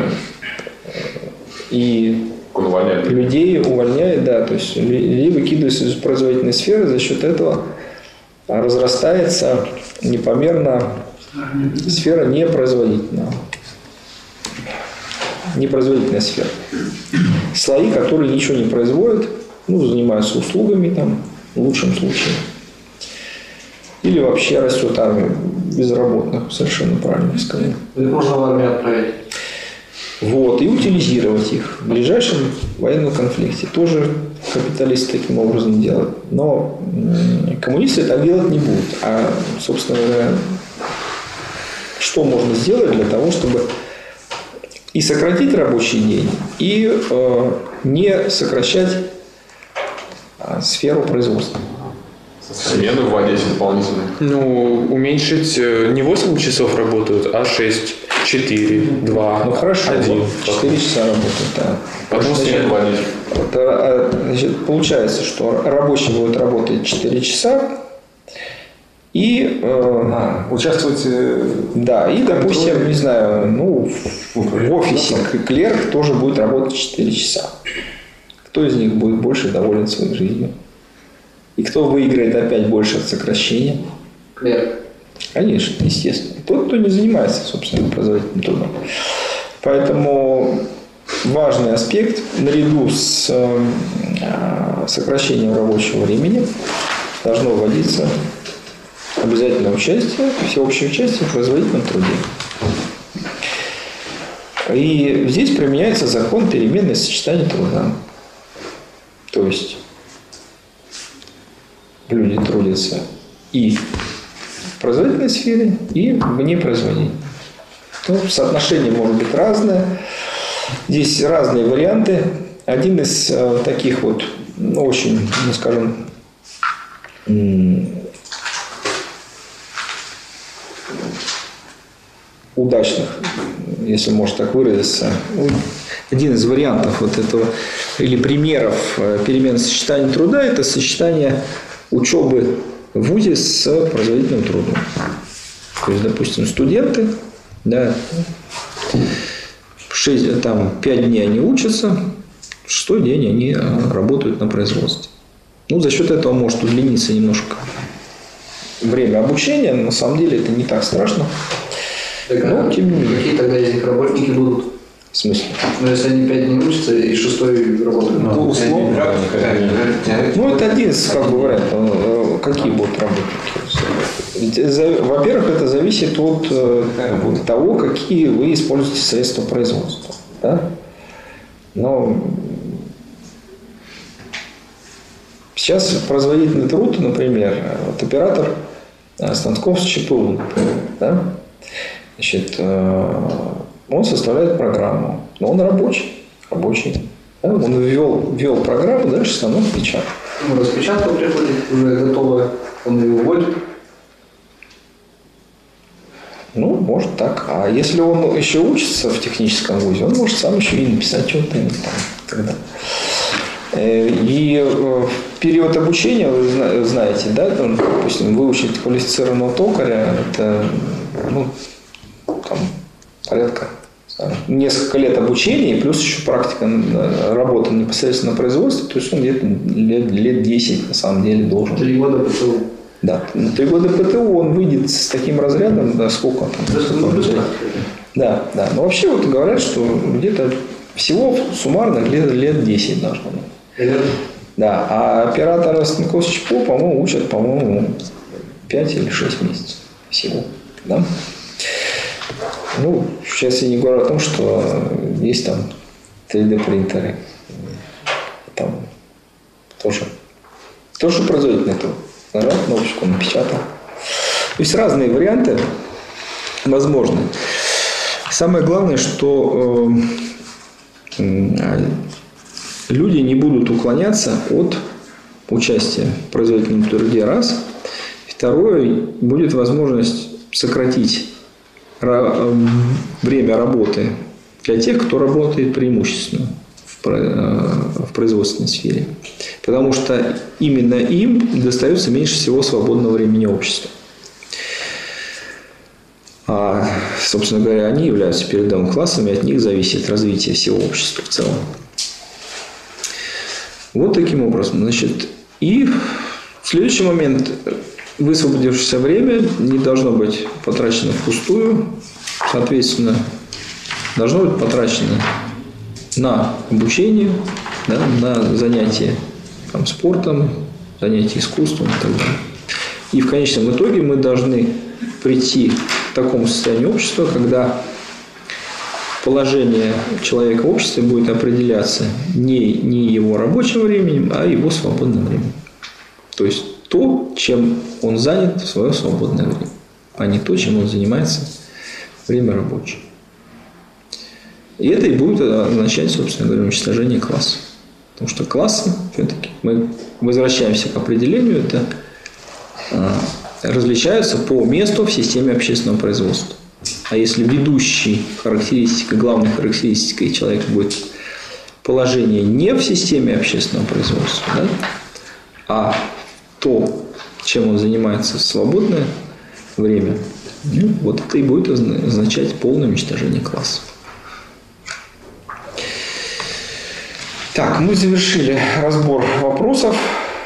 и Он увольняет. людей увольняет, да, то есть людей выкидывается из производительной сферы, за счет этого разрастается непомерно сфера непроизводительная. Непроизводительная сфера. Слои, которые ничего не производят, ну, занимаются услугами там, в лучшем случае. Или вообще растет армия безработных, совершенно правильно сказал. Их можно в армию отправить. Вот, и утилизировать их в ближайшем военном конфликте. Тоже капиталисты таким образом делают. Но коммунисты так делать не будут. А, собственно говоря, что можно сделать для того, чтобы и сократить рабочий день, и э, не сокращать э, сферу производства. Смены вводить дополнительные. Ну, уменьшить не восемь часов работают, а шесть, четыре, два, ну, хорошо, один. четыре часа работают, да. Потом значит, вводить. Это, значит, получается, что рабочий будет работать четыре часа, и э, а, участвовать. Да, и, допустим, контроль. Не знаю, ну, в, в офисе клерк тоже будет работать четыре часа. Кто из них будет больше доволен своей жизнью? И кто выиграет опять больше от сокращения? Клерк. Конечно, естественно. Тот, кто не занимается, собственно, производительным трудом. Поэтому важный аспект наряду с э, сокращением рабочего времени должно вводиться обязательное участие, всеобщее участие в производительном труде. И здесь применяется закон переменное сочетание труда. То есть люди трудятся и в производительной сфере, и в непроизводительной. Ну, соотношение может быть разное. Здесь разные варианты один из э, таких вот, ну, очень, ну, скажем, м- удачных, если можно так выразиться, один из вариантов вот этого или примеров перемен сочетания труда – это сочетание учебы в вузе с производительным трудом. То есть, допустим, студенты, да, шесть, там, пять дней они учатся, шестой день они работают на производстве. Ну, за счет этого может удлиниться немножко время обучения, но на самом деле это не так страшно. Так, но, а тем не менее. какие тогда из них работники будут? В смысле? Ну, если они пять дней учатся и шестой работают. Ну, условно. Ну, это один из, как бы, вариантов. Какие будут работники? Во-первых, это зависит от того, какие вы используете средства производства. Да? Но сейчас производительный труд, например, вот оператор станков с ЧПУ, да? Значит, он составляет программу, но он рабочий, рабочий. Да? Он ввел, ввел программу, дальше станок печатает. Ну, распечатка приходит, уже готовая, он ее вводит. Ну, может так. А если он еще учится в техническом вузе, он может сам еще и написать что-то там, тогда. И в период обучения, вы знаете, да, там, допустим, выучить квалифицированного токаря, это, ну, там, порядка несколько лет обучения, плюс еще практика работы непосредственно на производстве, то есть он где-то лет, лет десять на самом деле должен. Три года ПТУ. Да, три года ПТУ он выйдет с таким разрядом, да, сколько там. Сколько да, да. Но вообще вот говорят, что где-то всего суммарно лет, лет десять должно быть. Да, а оператора станков с ЧПУ, по-моему, учат, по-моему, пять или шесть месяцев всего. Да? Ну, сейчас я не говорю о том, что есть там три дэ принтеры. Там тоже, тоже производительный труд. Нажал кнопочку, напечатал. То есть разные варианты возможны. Самое главное, что э, люди не будут уклоняться от участия в производительном труде, раз. Второе, будет возможность сократить время работы для тех, кто работает преимущественно в производственной сфере. Потому что именно им достается меньше всего свободного времени общества. А, собственно говоря, они являются передовым классом, и от них зависит развитие всего общества в целом. Вот таким образом. Значит, и в следующий момент высвободившееся время не должно быть потрачено впустую. Соответственно, должно быть потрачено на обучение, да, на занятия там, спортом, занятия искусством и так далее. И в конечном итоге мы должны прийти к такому состоянию общества, когда положение человека в обществе будет определяться не, не его рабочим временем, а его свободным временем. То есть то, чем он занят в свое свободное время, а не то, чем он занимается во время рабочее. И это и будет означать, собственно говоря, уничтожение класса. Потому что классы, все-таки, мы возвращаемся к определению, это а, различаются по месту в системе общественного производства. А если ведущей характеристикой, главной характеристикой человека будет положение не в системе общественного производства, да, а то, чем он занимается в свободное время, ну, вот это и будет означать полное уничтожение класса. Так, мы завершили разбор вопросов.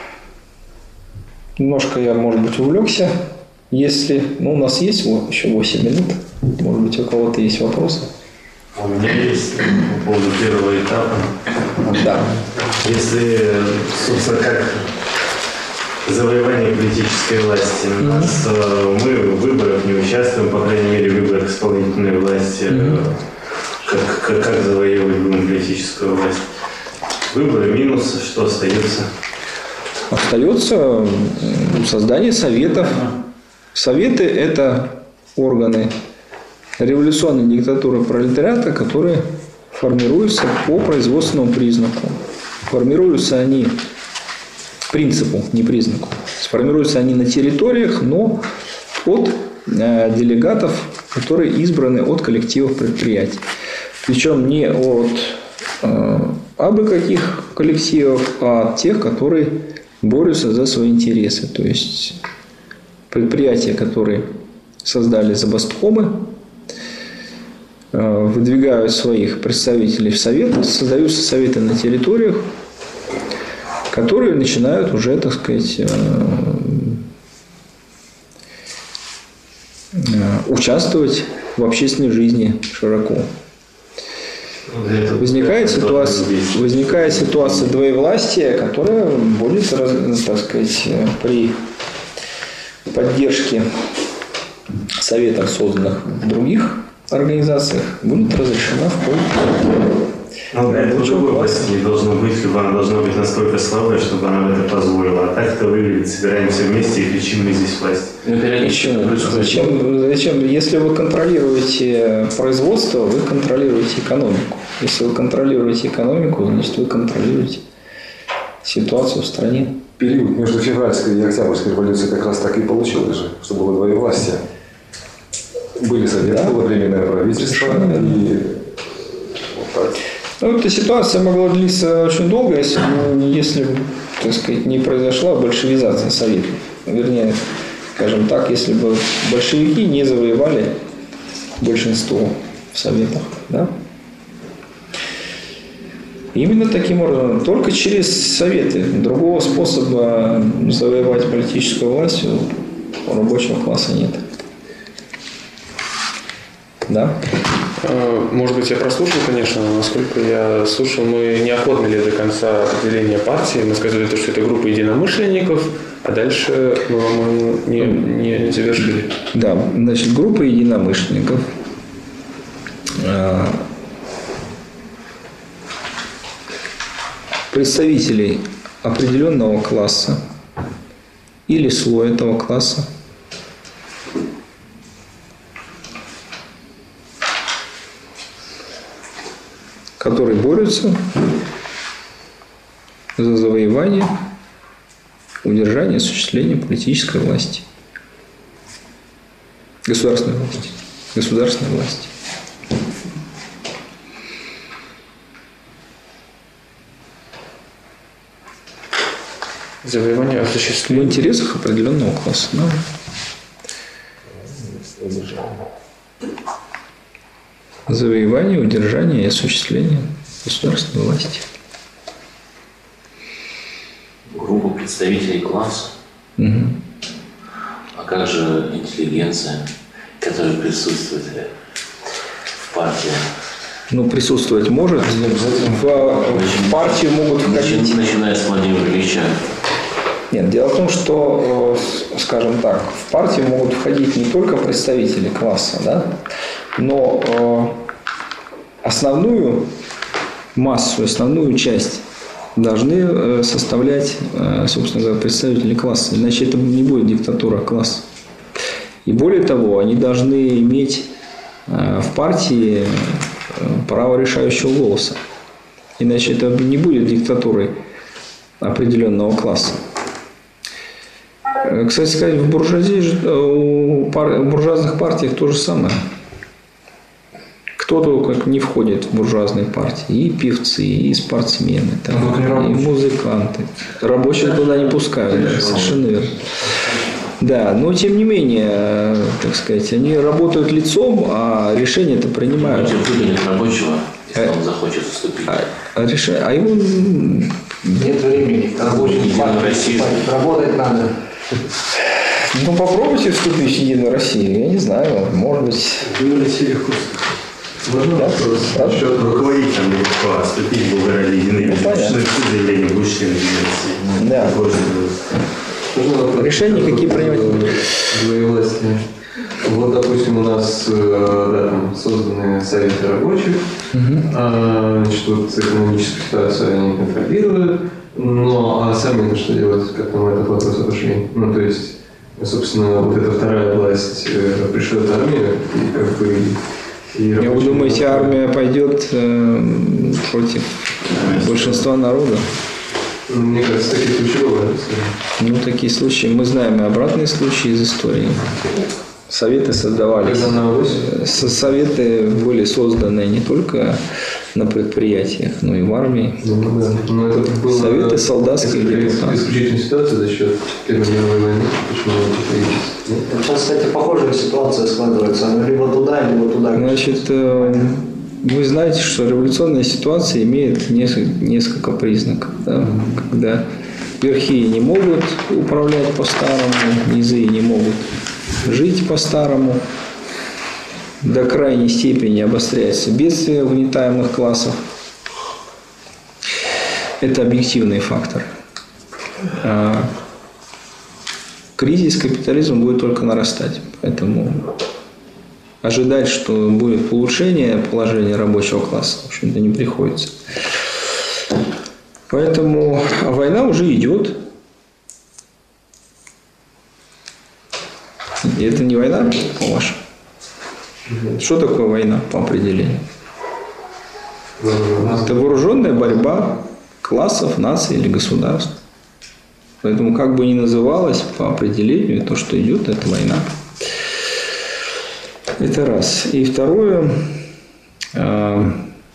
Немножко я, может быть, увлекся. Если, ну, у нас есть вот еще восемь минут, может быть, у кого-то есть вопросы? У меня есть по поводу первого этапа. Да. Если, собственно, как завоевание политической власти, у нас, mm-hmm. мы в выборах не участвуем, по крайней мере, в выборах исполнительной власти. Mm-hmm. Как, как, как завоевывать будем политическую власть? Выборы минус, что остается? Остается создание советов. Советы – это органы революционной диктатуры пролетариата, которые формируются по производственному признаку. Формируются они принципу, не признаку. Сформируются они на территориях, но от э, делегатов, которые избраны от коллективов предприятий. Причем не от э, абы каких коллективов, а от тех, которые борются за свои интересы. То есть предприятия, которые создали забасткомы, э, выдвигают своих представителей в советы, создаются советы на территориях, которые начинают уже, так сказать, участвовать в общественной жизни широко. Возникает ситуация, возникает ситуация двоевластия, которая будет, так сказать, при поддержке советов, созданных в других организациях, будет разрешена в полном. Ну, для этого другой власти не должно быть, либо она должна быть настолько слабой, чтобы она это позволила. А так это выглядит, собираемся вместе и кричим, мы здесь власть. Почему? Зачем, зачем? Если вы контролируете производство, вы контролируете экономику. Если вы контролируете экономику, значит вы контролируете ситуацию в стране. Период между февральской и октябрьской революцией как раз так и получилось же, что было двоевластие. Были советы, да. Было временное правительство и вот так. Ну, эта ситуация могла длиться очень долго, если, если, так сказать, не произошла большевизация Советов. Вернее, скажем так, если бы большевики не завоевали большинство в Советах. Да? Именно таким образом, только через Советы. Другого способа завоевать политическую власть у рабочего класса нет. Да? Может быть, я прослушал, конечно, но насколько я слушал, мы не оформили до конца определение партии. Мы сказали, что это группа единомышленников, а дальше мы, по-моему, не, не завершили. Да, значит, группа единомышленников представителей определенного класса или слоя этого класса, которые борются за завоевание, удержание, осуществление политической власти, государственной власти, государственной власти. Завоевание, осуществление. В интересах определенного класса. Да. Завоевание, удержание и осуществление государственной власти. Группа представителей класса. Угу. А как же интеллигенция, которая присутствует в партии? Ну, присутствовать может. В, в партию могут входить... Начиная с Владимира Ильича. Нет, дело в том, что, скажем так, в партию могут входить не только представители класса, да, но основную массу, основную часть должны составлять, собственно говоря, представители класса. Иначе это не будет диктатура класса. И более того, они должны иметь в партии право решающего голоса. Иначе это не будет диктатурой определенного класса. Кстати сказать, в буржуазии, в буржуазных партиях то же самое. Кто-то как не входит в буржуазные партии. И певцы, и спортсмены, там, и музыканты. Рабочих туда не пускают. Да, совершенно верно. Да, но тем не менее, так сказать, они работают лицом, а решение-то принимают. Выгонят рабочего, если а, он захочет вступить. А, а, реш... а его... Нет времени. Рабочий партии. Работать надо. Ну, попробуйте вступить в Единую Россию. Я не знаю, может быть... Единую Россию легко. Можно да? вопрос? Насчет руководить там легко, вступить в Болграде Единой России. Ну, понятно. Что заявление будешь членом Единой России? Да. Решения какие принимать? Двоевласти. Вот, допустим, у нас да, там, созданы советы рабочих, угу. а, значит, вот экономическую ситуацию они контролируют, но а сами что делать, как мы этот вопрос обошли? Ну, то есть, собственно, вот эта вторая власть пришлет армию и как бы И Вы рабочий думаете, класс- армия пойдет э, против большинства народа? Мне кажется, такие случаи бывают. Ну, такие случаи. Мы знаем и обратные случаи из истории. Советы создавались. Когда навелось? Со- Советы были созданы не только на предприятиях, но и в армии. Ну, да. Но это было Советы солдатских исключительная депутатов. исключительная ситуация за счет Первой мировой войны. Почему это Сейчас, кстати, похожая ситуация складывается. Она либо туда, либо туда. Значит, э, вы знаете, что революционная ситуация имеет несколько, несколько признаков. Да? Когда верхи не могут управлять по-старому, низы не могут жить по-старому, до крайней степени обостряется бедствие угнетаемых классов. Это объективный фактор. А кризис капитализма будет только нарастать. Поэтому ожидать, что будет улучшение положения рабочего класса, в общем-то, не приходится. Поэтому война уже идет. И это не война, по-вашему? Что такое война по определению? Это вооруженная борьба классов, наций или государств. Поэтому, как бы ни называлось по определению, то, что идет, это война. Это раз. И второе, э,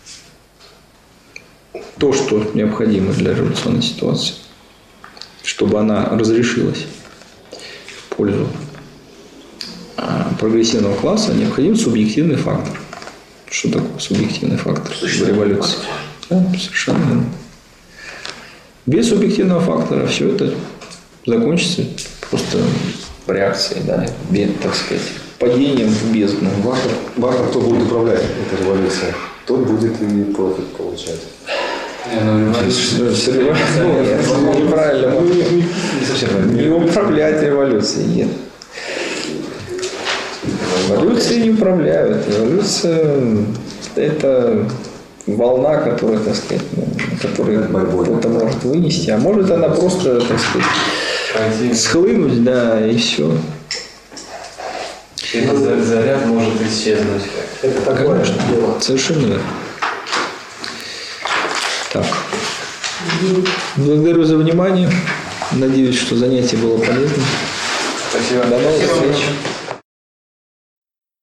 то, что необходимо для революционной ситуации, чтобы она разрешилась в пользу э, прогрессивного класса, необходим субъективный фактор. Что такое субъективный фактор в революции? Да, совершенно верно. Без субъективного фактора все это закончится просто реакцией, да, без, так сказать, падением в бездну. Важно, важно, кто будет управлять этой революцией. Тот будет и профит получать. Ну, неправильно. Не совсем правильно. Не управлять революцией, нет. Революцией не управляют. Революция – это волна, которая, так сказать, ну, которую кто-то может вынести, а может она просто, так сказать, схлынуть, да, и все. Этот заряд может исчезнуть. Это такое Конечно, дело. совершенно верно. Так. Благодарю за внимание. Надеюсь, что занятие было полезным. Спасибо. До новых Спасибо. встреч.